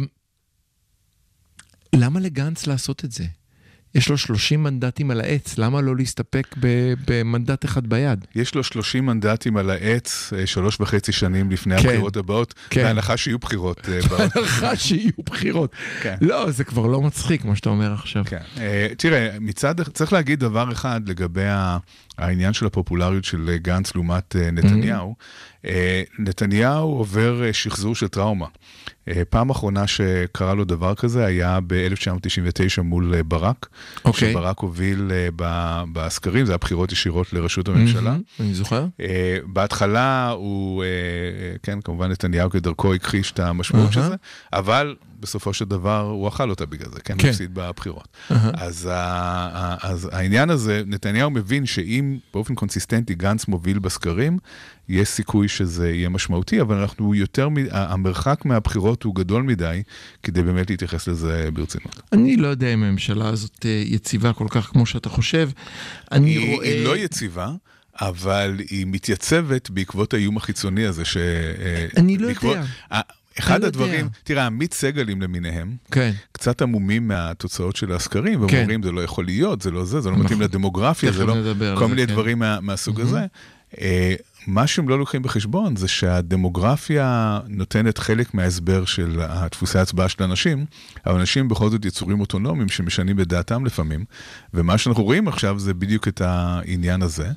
Speaker 3: למה לגנץ לעשות את זה? יש לו שלושים מנדטים על העץ, למה לא להסתפק במנדט אחד ביד?
Speaker 5: יש לו שלושים מנדטים על העץ, שלוש וחצי שנים לפני כן, הבחירות הבאות, כן. בהנחה שיהיו בחירות.
Speaker 3: בהנחה שיהיו בחירות. כן. לא, זה כבר לא מצחיק, מה שאתה אומר עכשיו.
Speaker 5: כן. תראה, מצד, צריך להגיד דבר אחד לגבי העניין של הפופולריות של גנץ לעומת נתניהו. נתניהו עובר שחזור של טראומה. פעם אחרונה שקרה לו דבר כזה היה ב-אלף תשע מאות תשעים ותשע מול ברק, okay. שברק הוביל בסקרים, זה היה בחירות ישירות לראשות הממשלה.
Speaker 3: Mm-hmm, אני זוכר.
Speaker 5: בהתחלה הוא, כן, כמובן נתניהו כדרכו הכחיש את המשמעות uh-huh. של זה, אבל בסופו של דבר הוא אכל אותה בגלל זה, כן, הוא הפסיד בבחירות. Uh-huh. אז, אז העניין הזה, נתניהו מבין שאם באופן קונסיסטנטי גנץ מוביל בסקרים, יש סיכוי שזה יהיה משמעותי, אבל אנחנו יותר, המרחק מהבחירות הוא גדול מדי, כדי באמת להתייחס לזה ברצינות.
Speaker 3: אני לא יודע אם הממשלה הזאת יציבה כל כך כמו שאתה חושב. אני
Speaker 5: היא,
Speaker 3: רואה...
Speaker 5: היא לא יציבה, אבל היא מתייצבת בעקבות האיום החיצוני הזה, ש...
Speaker 3: אני לא
Speaker 5: בעקבות...
Speaker 3: יודע.
Speaker 5: אחד הדברים, תראה, עמית סגלים למיניהם,
Speaker 3: כן.
Speaker 5: קצת עמומים מהתוצאות של הסקרים, והם אומרים, זה לא יכול להיות, זה לא זה, זה לא מתאים לדמוגרפיה, זה לא כל מיני דברים מהסוג הזה. מה שהם לא לוקחים בחשבון, זה שהדמוגרפיה נותנת חלק מההסבר של דפוסי ההצבעה של אנשים, אבל אנשים בכל זאת יצורים אוטונומיים שמשנים בדעתם לפעמים, ומה שאנחנו רואים עכשיו זה בדיוק את העניין הזה.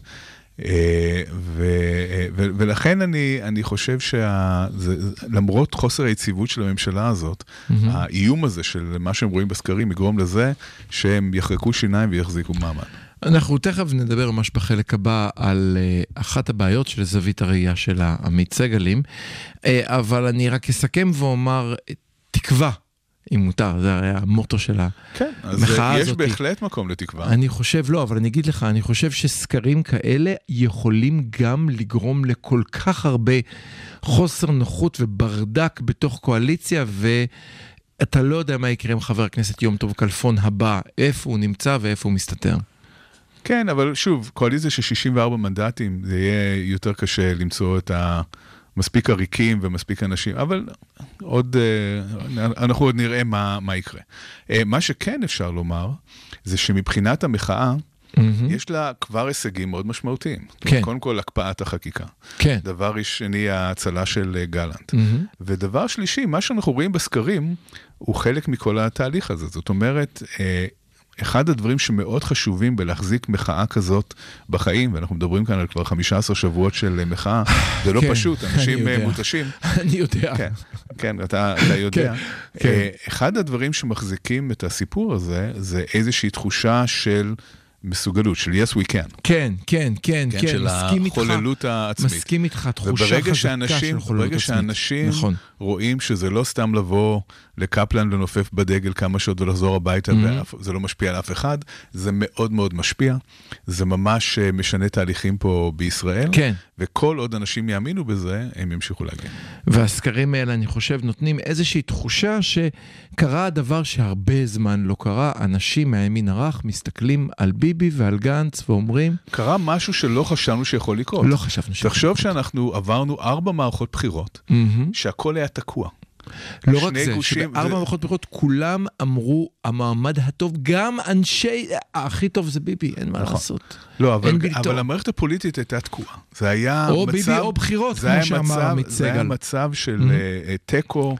Speaker 5: ולכן אני, אני חושב שלמרות חוסר היציבות של הממשלה הזאת, האיום הזה של מה שהם רואים בסקרים יגרום לזה שהם יחרקו שיניים ויחזיקו מעמד.
Speaker 3: אנחנו תכף נדבר ממש בחלק הבא על אחת הבעיות של זווית הראייה של עמית סגלים, אבל אני רק אסכם ואומר תקווה. אם מותר, זה הרי המוטו של המחאה הזאת.
Speaker 5: יש בהחלט מקום לתקווה.
Speaker 3: אני חושב, לא, אבל אני אגיד לך, אני חושב שסקרים כאלה יכולים גם לגרום לכל כך הרבה חוסר נוחות וברדק בתוך קואליציה, ואתה לא יודע מה יקרה עם חבר הכנסת יום טוב כלפון הבא, איפה הוא נמצא ואיפה הוא מסתתר.
Speaker 5: כן, אבל שוב, קואליציה של שישים וארבעה מנדטים, זה יהיה יותר קשה למצוא את ה... מספיק עריקים ומספיק אנשים, אבל עוד, אנחנו עוד נראה מה, מה יקרה. מה שכן אפשר לומר, זה שמבחינת המחאה, mm-hmm. יש לה כבר הישגים מאוד משמעותיים.
Speaker 3: כן.
Speaker 5: קודם כל, הקפאת החקיקה.
Speaker 3: כן.
Speaker 5: דבר שני, ההצלה של גלנט.
Speaker 3: Mm-hmm.
Speaker 5: ודבר שלישי, מה שאנחנו רואים בסקרים, הוא חלק מכל התהליך הזה. זאת אומרת, אחד הדברים שמאוד חשובים בלהחזיק מחאה כזאת בחיים, ואנחנו מדברים כאן על כבר חמישה עשר שבועות של מחאה, זה לא פשוט, אנשים מותשים.
Speaker 3: אני יודע.
Speaker 5: כן, כן, אתה יודע. אחד הדברים שמחזיקים את הסיפור הזה, זה איזושהי תחושה של מסוגלות, של yes we can.
Speaker 3: כן, כן, כן, כן,
Speaker 5: של החוללות העצמית.
Speaker 3: מסכים איתך, תחושה חזקה של חוללות עצמית.
Speaker 5: וברגע שאנשים רואים שזה לא סתם לבוא לקפלן לנופף בדגל כמה שעות ולחזור הביתה, וזה לא משפיע על אף אחד, זה מאוד מאוד משפיע, זה ממש משנה תהליכים פה בישראל, וכל עוד אנשים יאמינו בזה, הם ימשיכו להגן.
Speaker 3: והסקרים האלה, אני חושב, נותנים איזושהי תחושה שקרה הדבר שהרבה זמן לא קרה, אנשים מהימין הרך מסתכלים על ביבי ועל גנץ ואומרים...
Speaker 5: קרה משהו שלא חשבנו שיכול לקרות.
Speaker 3: לא חשבנו שיכול לקרות.
Speaker 5: תחשוב שאנחנו עברנו ארבע מערכות בחירות, שהכל היה תקוע.
Speaker 3: לא רק זה, שבארבע מערכות בחירות כולם אמרו, המעמד הטוב, גם אנשי, הכי טוב זה ביבי, אין מה לעשות.
Speaker 5: לא, אבל המערכת הפוליטית הייתה תקועה. זה היה מצב...
Speaker 3: או ביבי או בחירות, כמו שאמר עמית סגל.
Speaker 5: זה היה מצב של טקו,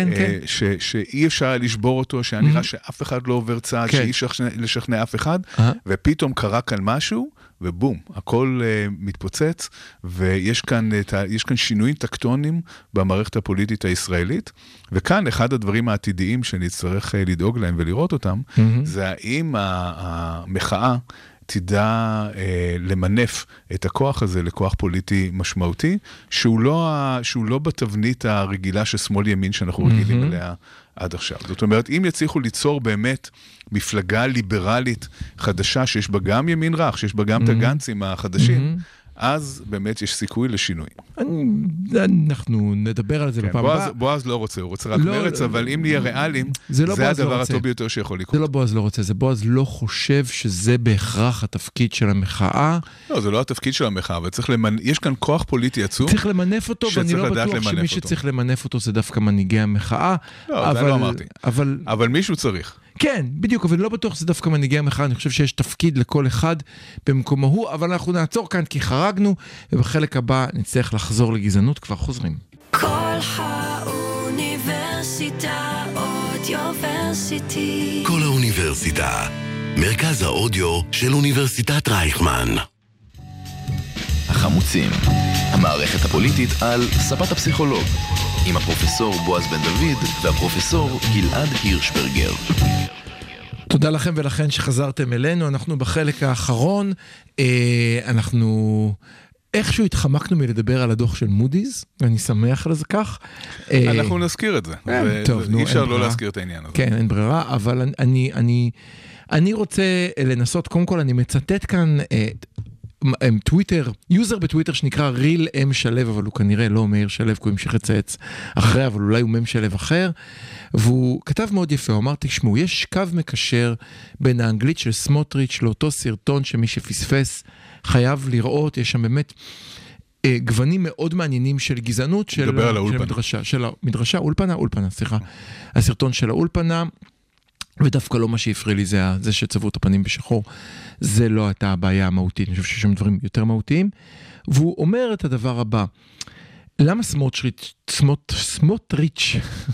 Speaker 5: שאי אפשר לשבור אותו, שהיה נראה שאף אחד לא עובר צעד, שאי אפשר לשכנע אף אחד, ופתאום קרה כאן משהו, ובום, הכל uh, מתפוצץ, ויש כאן, uh, יש כאן שינויים טקטונים במערכת הפוליטית הישראלית, וכאן אחד הדברים העתידיים שנצטרך uh, לדאוג להם ולראות אותם, mm-hmm. זה האם המחאה תדע uh, למנף את הכוח הזה לכוח פוליטי משמעותי, שהוא לא, שהוא לא בתבנית הרגילה של שמאל ימין שאנחנו mm-hmm. רגילים אליה עד עכשיו. זאת אומרת, אם יצליחו ליצור באמת מפלגה ליברלית חדשה, שיש בה גם ימין רך, שיש בה גם את הגנצים החדשים, אז באמת יש סיכוי לשינוי.
Speaker 3: אנחנו נדבר על זה בפעם הבאה.
Speaker 5: בועז לא רוצה, הוא רוצה רק מרץ, אבל אם נהיה ריאליים, זה הדבר הטוב ביותר שיכול לקרות.
Speaker 3: זה לא בועז לא רוצה, זה בועז לא חושב שזה בהכרח התפקיד של המחאה.
Speaker 5: לא, זה לא התפקיד של המחאה, אבל יש כאן כוח פוליטי עצום.
Speaker 3: צריך למנף אותו, ואני לא בטוח שמי שצריך למנף אותו זה דווקא מנהיגי המחאה.
Speaker 5: לא, זה לא אמרתי. אבל מישהו צריך.
Speaker 3: כן, בדיוק, אבל לא בטוח שזה דווקא מנהיגי המחאה, אני חושב שיש תפקיד לכל אחד במקומו הוא, אבל אנחנו נעצור כאן כי חרגנו, ובחלק הבא נצטרך לחזור לגזענות, כבר חוזרים.
Speaker 2: כל האוניברסיטה אודיוורסיטי.
Speaker 1: כל האוניברסיטה, מרכז האודיו של אוניברסיטת רייכמן.
Speaker 4: החמוצים, המערכת הפוליטית על ספת הפסיכולוג, עם הפרופסור בועז בן דוד והפרופסור גלעד הירשברגר.
Speaker 3: תודה לכם ולכן שחזרתם אלינו, אנחנו בחלק האחרון, אה, אנחנו איכשהו התחמקנו מלדבר על הדוח של מודי'ס, ואני שמח לזה כך.
Speaker 5: אה, אנחנו נזכיר את זה,
Speaker 3: אה,
Speaker 5: ו-
Speaker 3: טוב, נו,
Speaker 5: אי אפשר לא
Speaker 3: ברירה.
Speaker 5: להזכיר את העניין הזה.
Speaker 3: כן, אין ברירה, אבל אני, אני, אני רוצה לנסות, קודם כל אני מצטט כאן, אה, טוויטר, יוזר בטוויטר שנקרא ריל אם שלב, אבל הוא כנראה לא מאיר שלב, כי הוא המשיך לצייץ אחרי, אבל אולי הוא מם שלב אחר, והוא כתב מאוד יפה, הוא אמר, תשמעו, יש קו מקשר בין האנגלית של סמוטריץ' לאותו סרטון שמי שפספס חייב לראות, יש שם באמת אה, גוונים מאוד מעניינים של גזענות, של, של המדרשה, של המדרשה, אולפנה, אולפנה, סליחה, הסרטון של האולפנה, ודווקא לא מה שהפריע לי זה, זה שצבעו את הפנים בשחור, זה לא הייתה הבעיה המהותית, אני חושב שיש שם דברים יותר מהותיים, והוא אומר את הדבר הבא, למה סמוטריץ', סמוט, סמוטריץ'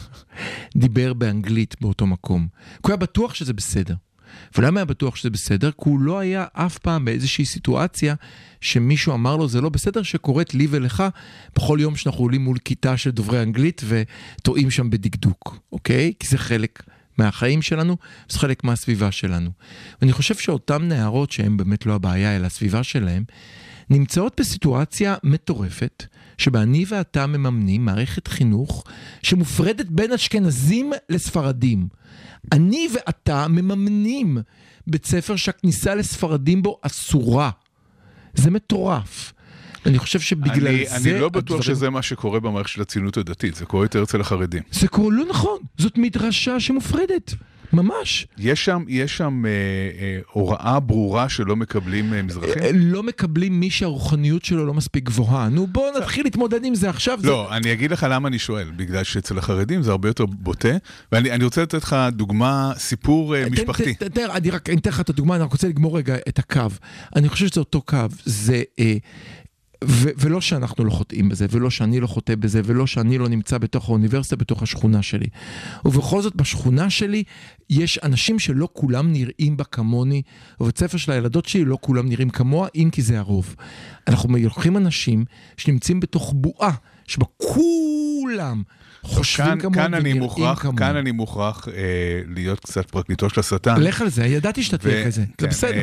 Speaker 3: דיבר באנגלית באותו מקום? כי הוא היה בטוח שזה בסדר. ולמה היה בטוח שזה בסדר? כי הוא לא היה אף פעם באיזושהי סיטואציה שמישהו אמר לו זה לא בסדר, שקורית לי ולך בכל יום שאנחנו עולים מול כיתה של דוברי אנגלית וטועים שם בדקדוק, אוקיי? כי זה חלק מהחיים שלנו, זה חלק מהסביבה שלנו. ואני חושב שאותם נערות שהן באמת לא הבעיה, אלא הסביבה שלהם, נמצאות בסיטואציה מטורפת, שבה אני ואתה מממנים מערכת חינוך שמופרדת בין אשכנזים לספרדים. אני ואתה מממנים בית ספר שהכניסה לספרדים בו אסורה. זה מטורף. אני חושב שבגלל
Speaker 5: אני,
Speaker 3: זה...
Speaker 5: אני לא בטוח
Speaker 3: הדברים...
Speaker 5: שזה מה שקורה במערכת של הציונות הדתית, זה קורה יותר אצל החרדים.
Speaker 3: זה קורה לא נכון, זאת מדרשה שמופרדת, ממש.
Speaker 5: יש שם, יש שם אה, אה, הוראה ברורה שלא מקבלים אה, מזרחים?
Speaker 3: אה, לא מקבלים מי שהרוחניות שלו לא מספיק גבוהה. נו בואו נתחיל להתמודד עם זה עכשיו.
Speaker 5: לא,
Speaker 3: זה...
Speaker 5: אני אגיד לך למה אני שואל, בגלל שאצל החרדים זה הרבה יותר בוטה, ואני אני רוצה לתת לך דוגמה, סיפור אה, משפחתי.
Speaker 3: ת, ת, ת, אני רק אתן לך את הדוגמה, אני רק רוצה לגמור רגע את הקו. אני חושב שזה אותו קו, זה... אה, ו- ולא שאנחנו לא חוטאים בזה, ולא שאני לא חוטא בזה, ולא שאני לא נמצא בתוך האוניברסיטה, בתוך השכונה שלי. ובכל זאת, בשכונה שלי, יש אנשים שלא כולם נראים בה כמוני, ובבית ספר של הילדות שלי לא כולם נראים כמוה, אם כי זה הרוב. אנחנו לוקחים אנשים שנמצאים בתוך בועה, שבה כולם חושבים כמוה ונראים כמוה.
Speaker 5: כאן אני מוכרח אה, להיות קצת פרקליטו של השטן.
Speaker 3: לך על זה, ידעתי שאתה תהיה כזה, זה בסדר.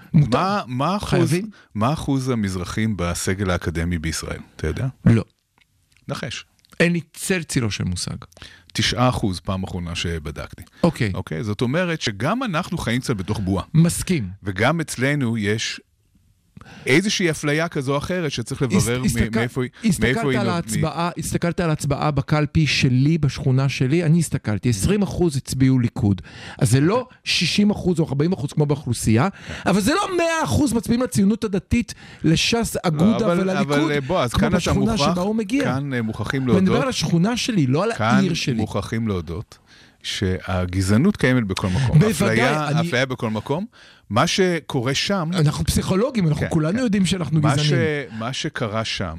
Speaker 3: מותר.
Speaker 5: מה, מה, אחוז,
Speaker 3: חייבים?
Speaker 5: מה אחוז המזרחים בסגל האקדמי בישראל? אתה יודע?
Speaker 3: לא.
Speaker 5: נחש.
Speaker 3: אין לי צל צילו של מושג.
Speaker 5: תשעה אחוז פעם אחרונה שבדקתי.
Speaker 3: אוקיי.
Speaker 5: אוקיי? זאת אומרת שגם אנחנו חיים קצת בתוך בועה.
Speaker 3: מסכים.
Speaker 5: וגם אצלנו יש איזושהי אפליה כזו או אחרת שצריך לברר מאיפה היא...
Speaker 3: הסתכלת על ההצבעה, הסתכלת על ההצבעה בקלפי שלי, בשכונה שלי, אני הסתכלתי, עשרים אחוז הצביעו ליכוד. אז זה לא שישים אחוז או ארבעים אחוז כמו באוכלוסייה, אבל זה לא מאה אחוז מצביעים לציונות הדתית, לש"ס, אגודה ולליכוד,
Speaker 5: אבל בוא,
Speaker 3: כמו בשכונה שבה הוא מגיע.
Speaker 5: כאן מוכרחים להודות...
Speaker 3: ונדבר על השכונה שלי, לא על העיר שלי.
Speaker 5: כאן מוכרחים להודות שהגזענות קיימת בכל מקום.
Speaker 3: בוודאי.
Speaker 5: האפליה בכל מקום. מה שקורה שם...
Speaker 3: אנחנו פסיכולוגים, אנחנו
Speaker 5: כן,
Speaker 3: כולנו
Speaker 5: כן.
Speaker 3: יודעים שאנחנו
Speaker 5: מה
Speaker 3: גזענים.
Speaker 5: ש, מה שקרה שם,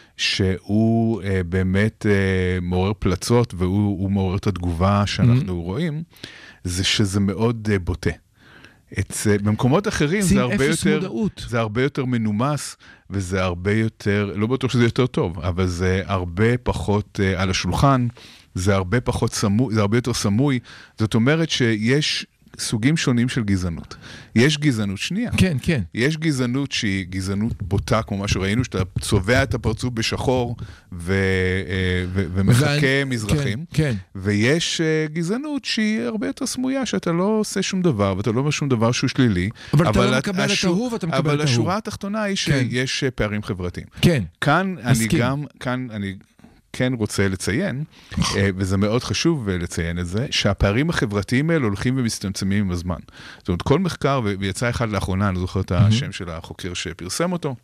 Speaker 5: שהוא אה, באמת אה, מעורר פלצות, והוא מעורר את התגובה שאנחנו mm-hmm. רואים, זה שזה מאוד אה, בוטה. את, אה, במקומות אחרים זה הרבה, יותר, זה הרבה יותר מנומס, וזה הרבה יותר, לא בטוח שזה יותר טוב, אבל זה הרבה פחות אה, על השולחן, זה הרבה פחות סמוי, זה הרבה יותר סמוי. זאת אומרת שיש סוגים שונים של גזענות. יש גזענות שנייה.
Speaker 3: כן, כן.
Speaker 5: יש גזענות שהיא גזענות בוטה, כמו מה שראינו, שאתה צובע את הפרצוף בשחור ו, ו, ומחכה ואני, מזרחים. כן, כן. ויש גזענות שהיא הרבה יותר סמויה, שאתה לא עושה שום דבר, ואתה לא אומר שום דבר שהוא שלילי.
Speaker 3: אבל, אבל אתה לא מקבל השור, את ההוא, ואתה מקבל את ההוא.
Speaker 5: אבל השורה התחתונה היא שיש כן. פערים חברתיים.
Speaker 3: כן.
Speaker 5: כאן אני גם, כאן אני... כן רוצה לציין, וזה מאוד חשוב לציין את זה, שהפערים החברתיים האלה הולכים ומצטמצמים עם הזמן. זאת אומרת, כל מחקר, ויצא אחד לאחרונה, אני זוכר את השם של החוקר שפרסם אותו,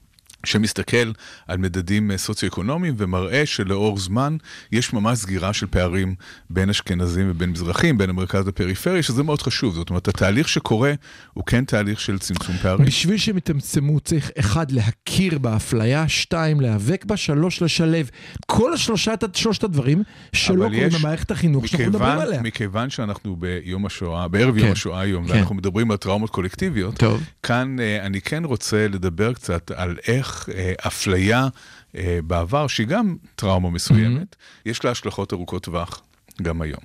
Speaker 5: שמסתכל על מדדים סוציו-אקונומיים ומראה שלאור זמן יש ממש סגירה של פערים בין אשכנזים ובין מזרחים, בין המרכז לפריפריה, שזה מאוד חשוב. זאת אומרת, התהליך שקורה הוא כן תהליך של צמצום פערים.
Speaker 3: בשביל שמתמצמו צריך אחד להכיר באפליה, שתיים להיאבק בה, שלוש לשלב. כל השלושת, שלושת הדברים שלא קוראים במערכת החינוך שאנחנו מדברים עליה.
Speaker 5: מכיוון שאנחנו ביום השואה, בערב יום השואה היום, ואנחנו מדברים על טראומות קולקטיביות, כאן אני כן רוצה לדבר קצת על איך אפליה בעבר, שהיא גם טראומה מסוימת, יש לה השלכות ארוכות טווח, גם היום.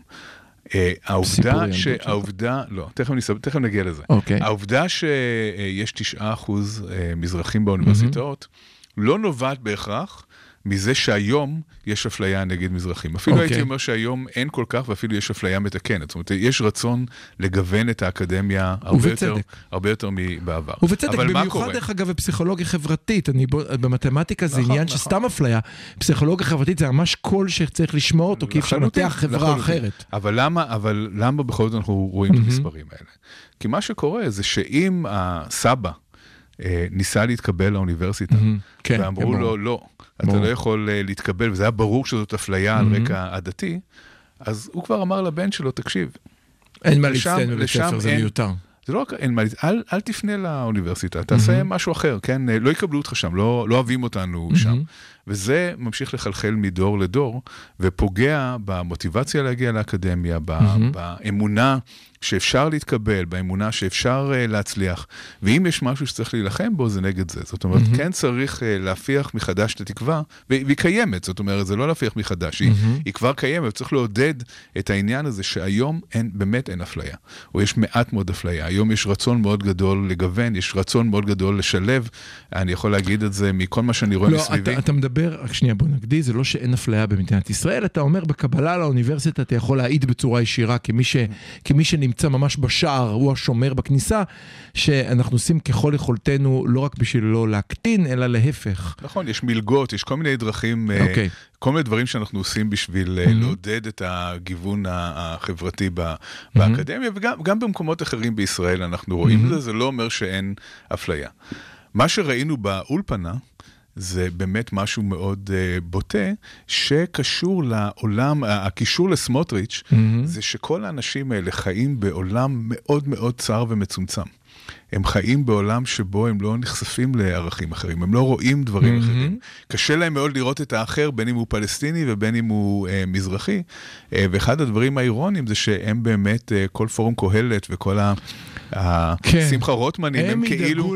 Speaker 5: העובדה שהעובדה, לא, תכף נגיע לזה. העובדה שיש תשעה אחוז מזרחים באוניברסיטאות, לא נובעת בהכרח מזה שהיום יש אפליה נגד מזרחים. אפילו okay. הייתי אומר שהיום אין כל כך, ואפילו יש אפליה מתקנת. זאת אומרת, יש רצון לגוון את האקדמיה הרבה יותר, הרבה יותר מבעבר.
Speaker 3: ובצדק, במיוחד דרך אגב בפסיכולוגיה חברתית, אני בוא, במתמטיקה זה נכון, עניין נכון. שסתם אפליה. פסיכולוגיה חברתית זה ממש קול שצריך לשמוע אותו, כי אפשר לנתח חברה אחרת.
Speaker 5: אבל למה, אבל למה בכל זאת אנחנו רואים mm-hmm. את המספרים האלה? כי מה שקורה זה שאם הסבא ניסה להתקבל לאוניברסיטה, ואמרו לו, לא, אתה לא יכול להתקבל, וזה היה ברור שזאת אפליה על רקע עדתי, אז הוא כבר אמר לבן שלו, תקשיב.
Speaker 3: אין מה להצטיין בבית ספר, זה מיותר.
Speaker 5: זה לא רק, אין מה, אל, אל תפנה לאוניברסיטה, תעשה משהו אחר, כן? לא יקבלו אותך שם, לא, לא אוהבים אותנו שם. וזה ממשיך לחלחל מדור לדור, ופוגע במוטיבציה להגיע לאקדמיה, באמונה שאפשר להתקבל, באמונה שאפשר להצליח. ואם יש משהו שצריך להילחם בו, זה נגד זה. זאת אומרת, כן צריך להפיח מחדש את התקווה, והיא קיימת, זאת אומרת, זה לא להפיח מחדש, היא, היא כבר קיימת, צריך לעודד את העניין הזה שהיום אין, באמת אין אפליה, או יש מעט מאוד אפליה. היום יש רצון מאוד גדול לגוון, יש רצון מאוד גדול לשלב, אני יכול להגיד את זה מכל מה שאני רואה
Speaker 3: לא,
Speaker 5: מסביבי.
Speaker 3: אתה, אתה מדבר, רק שנייה בוא נגדי, זה לא שאין אפליה במדינת ישראל, אתה אומר בקבלה לאוניברסיטה, אתה יכול להעיד בצורה ישירה, כמי ש, כמי שנמצא ממש בשער, הוא השומר בכניסה, שאנחנו עושים ככל יכולתנו, לא רק בשביל לא להקטין, אלא להפך.
Speaker 5: נכון, יש מלגות, יש כל מיני דרכים, okay. כל מיני דברים שאנחנו עושים בשביל mm-hmm. לעודד את הגיוון החברתי באקדמיה, mm-hmm. וגם גם במקומות אחרים בישראל אנחנו רואים mm-hmm. זה, זה לא אומר שאין אפליה. מה שראינו באולפנה, זה באמת משהו מאוד uh, בוטה, שקשור לעולם, הקישור לסמוטריץ', mm-hmm. זה שכל האנשים האלה חיים בעולם מאוד מאוד צר ומצומצם. הם חיים בעולם שבו הם לא נחשפים לערכים אחרים, הם לא רואים דברים mm-hmm. אחרים. קשה להם מאוד לראות את האחר, בין אם הוא פלסטיני ובין אם הוא uh, מזרחי. Uh, ואחד הדברים האירוניים זה שהם באמת, uh, כל פורום קהלת וכל ה... שמחה רוטמנים, הם כאילו,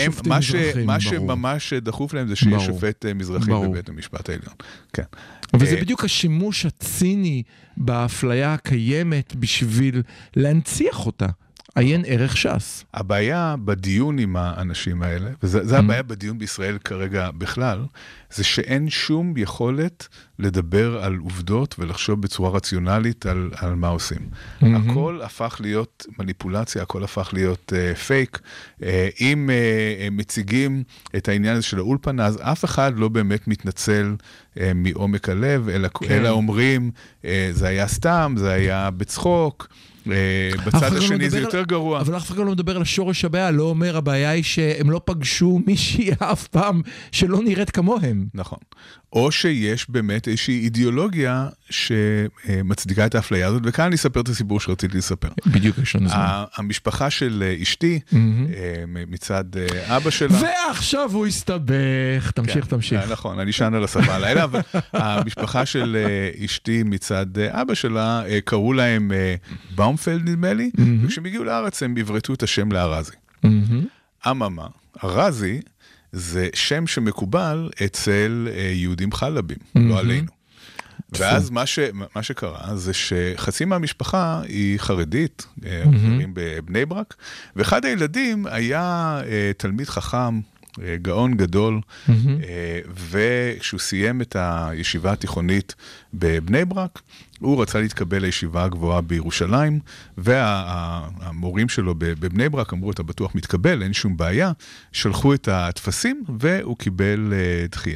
Speaker 5: מה שממש דחוף להם זה שיש שופט מזרחי בבית המשפט העליון. כן.
Speaker 3: וזה בדיוק השימוש הציני באפליה הקיימת בשביל להנציח אותה. עיין ערך ש"ס.
Speaker 5: הבעיה בדיון עם האנשים האלה, וזה הבעיה בדיון בישראל כרגע בכלל, זה שאין שום יכולת לדבר על עובדות ולחשוב בצורה רציונלית על, על מה עושים. Mm-hmm. הכל הפך להיות מניפולציה, הכל הפך להיות uh, פייק. Uh, אם uh, מציגים את העניין הזה של האולפן, אז אף אחד לא באמת מתנצל uh, מעומק הלב, אלא, כן. אלא אומרים, uh, זה היה סתם, זה היה בצחוק, בצד השני זה יותר גרוע.
Speaker 3: אבל אף אחד לא מדבר על השורש הבעיה, לא אומר הבעיה היא שהם לא פגשו מישהי אף פעם שלא נראית כמוהם.
Speaker 5: נכון. או שיש באמת איזושהי אידיאולוגיה שמצדיקה את האפליה הזאת, וכאן אני אספר את הסיפור שרציתי לספר.
Speaker 3: בדיוק יש לנו זמן.
Speaker 5: המשפחה של אשתי, מצד אבא שלה.
Speaker 3: ועכשיו הוא הסתבך, תמשיך, תמשיך.
Speaker 5: נכון, אני שן על הספה הלילה, אבל המשפחה של אשתי מצד אבא שלה, קראו להם באומפלד נדמה לי, וכשהם הגיעו לארץ הם עברתו את השם לארזי. אממה, ארזי זה שם שמקובל אצל יהודים חלבים, לא עלינו. ואז מה, ש, מה שקרה זה שחצי מהמשפחה היא חרדית, גרים בבני ברק, ואחד הילדים היה תלמיד חכם, גאון גדול, וכשהוא סיים את הישיבה התיכונית בבני ברק, הוא רצה להתקבל לישיבה הגבוהה בירושלים, והמורים שלו בבני ברק אמרו, אתה בטוח מתקבל, אין שום בעיה, שלחו את התפסים, והוא קיבל דחייה.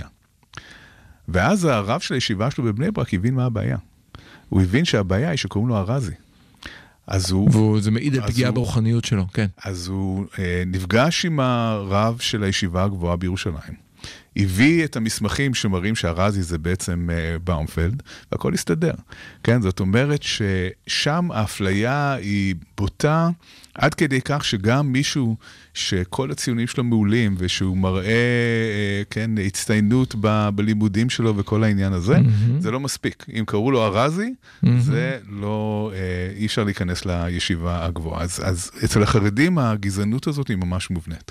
Speaker 5: ואז הרב של הישיבה שלו בבני ברק הבין מה הבעיה. הוא הבין שהבעיה היא שקוראים לו ארזי. אז הוא...
Speaker 3: וזה מעיד על פגיעה ברוחניות שלו, כן.
Speaker 5: אז הוא אה, נפגש עם הרב של הישיבה הגבוהה בירושלים, הביא את המסמכים שמראים שהרזי זה בעצם אה, באומפלד, והכל הסתדר. כן, זאת אומרת ששם האפליה היא בוטה, עד כדי כך שגם מישהו שכל הציונים שלו מעולים, ושהוא מראה, אה, כן, הצטיינות ב- בלימודים שלו וכל העניין הזה, mm-hmm. זה לא מספיק. אם קראו לו ארזי, mm-hmm. זה לא, אה, אי אפשר להיכנס לישיבה הגבוהה. אז, אז אצל החרדים הגזענות הזאת היא ממש מובנית.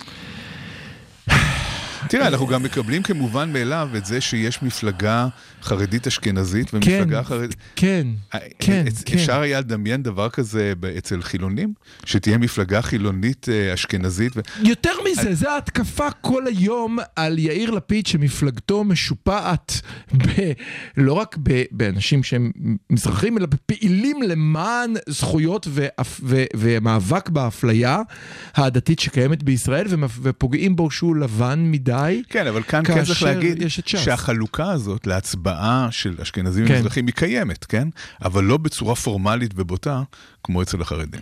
Speaker 5: תראה, אנחנו גם מקבלים כמובן מאליו את זה שיש מפלגה חרדית אשכנזית ומפלגה חרדית...
Speaker 3: כן, כן, כן.
Speaker 5: אפשר היה לדמיין דבר כזה אצל חילונים? שתהיה מפלגה חילונית אשכנזית?
Speaker 3: יותר מזה, זה ההתקפה כל היום על יאיר לפיד שמפלגתו משופעת לא רק באנשים שהם מזרחים, אלא בפעילים למען זכויות ומאבק באפליה העדתית שקיימת בישראל, ופוגעים בו שהוא לבן מדי.
Speaker 5: כן, אבל כאן כן צריך להגיד שהחלוקה הזאת להצבעה של אשכנזים ומזרחים היא קיימת, כן? אבל לא בצורה פורמלית ובוטה כמו אצל החרדים.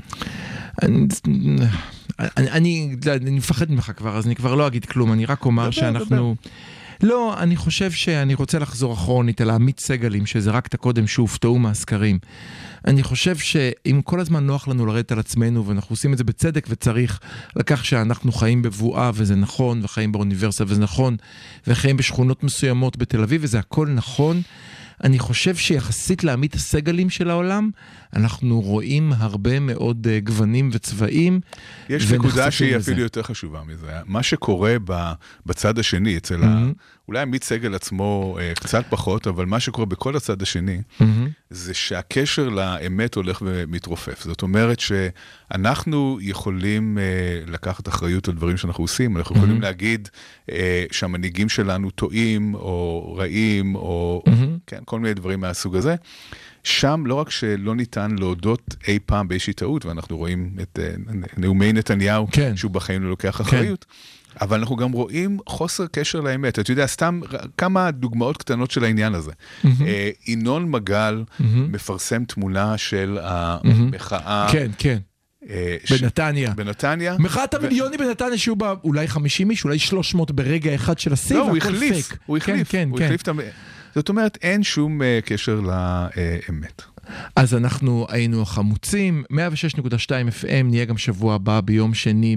Speaker 3: אני מפחד ממך כבר, אז אני כבר לא אגיד כלום, אני רק אומר שאנחנו... לא, אני חושב שאני רוצה לחזור אחרונית על העמית סגלים, שזה רק את הקודם שהופתעו מהסקרים. אני חושב שאם כל הזמן נוח לנו לרדת על עצמנו, ואנחנו עושים את זה בצדק וצריך לקח שאנחנו חיים בבועה וזה נכון, וחיים באוניברסיטה וזה נכון, וחיים בשכונות מסוימות בתל אביב וזה הכל נכון, אני חושב שיחסית לעמית הסגלים של העולם, אנחנו רואים הרבה מאוד uh, גוונים וצבעים.
Speaker 5: יש נקודה שהיא אפילו יותר חשובה מזה. מה שקורה בצד השני, אצל mm-hmm. ה... אולי עמית סגל עצמו uh, קצת פחות, אבל מה שקורה בכל הצד השני, mm-hmm. זה שהקשר לאמת הולך ומתרופף. זאת אומרת שאנחנו יכולים uh, לקחת אחריות על דברים שאנחנו עושים, אנחנו mm-hmm. יכולים להגיד uh, שהמנהיגים שלנו טועים או רעים, או mm-hmm. כן, כל מיני דברים מהסוג הזה. שם לא רק שלא ניתן להודות אי פעם באיזושהי טעות, ואנחנו רואים את uh, נאומי נתניהו, כן. שהוא בחיים לא לוקח אחריות, כן. אבל אנחנו גם רואים חוסר קשר לאמת. אתה יודע, סתם כמה דוגמאות קטנות של העניין הזה. Mm-hmm. אה, ינון מגל mm-hmm. מפרסם תמונה של המחאה.
Speaker 3: כן, כן.
Speaker 5: אה,
Speaker 3: בנתניה.
Speaker 5: ש... בנתניה.
Speaker 3: מחאת המיליוני ו... בנתניה שהוא בא אולי חמישים איש, אולי שלוש מאות ברגע אחד של השיא,
Speaker 5: לא, הוא החליף. פייק. הוא החליף.
Speaker 3: כן, כן,
Speaker 5: הוא
Speaker 3: כן.
Speaker 5: החליף את המ... זאת אומרת, אין שום uh, קשר לאמת.
Speaker 3: אז אנחנו היינו החמוצים, מאה ושש נקודה שתיים אף אם, נהיה גם שבוע הבא ביום שני,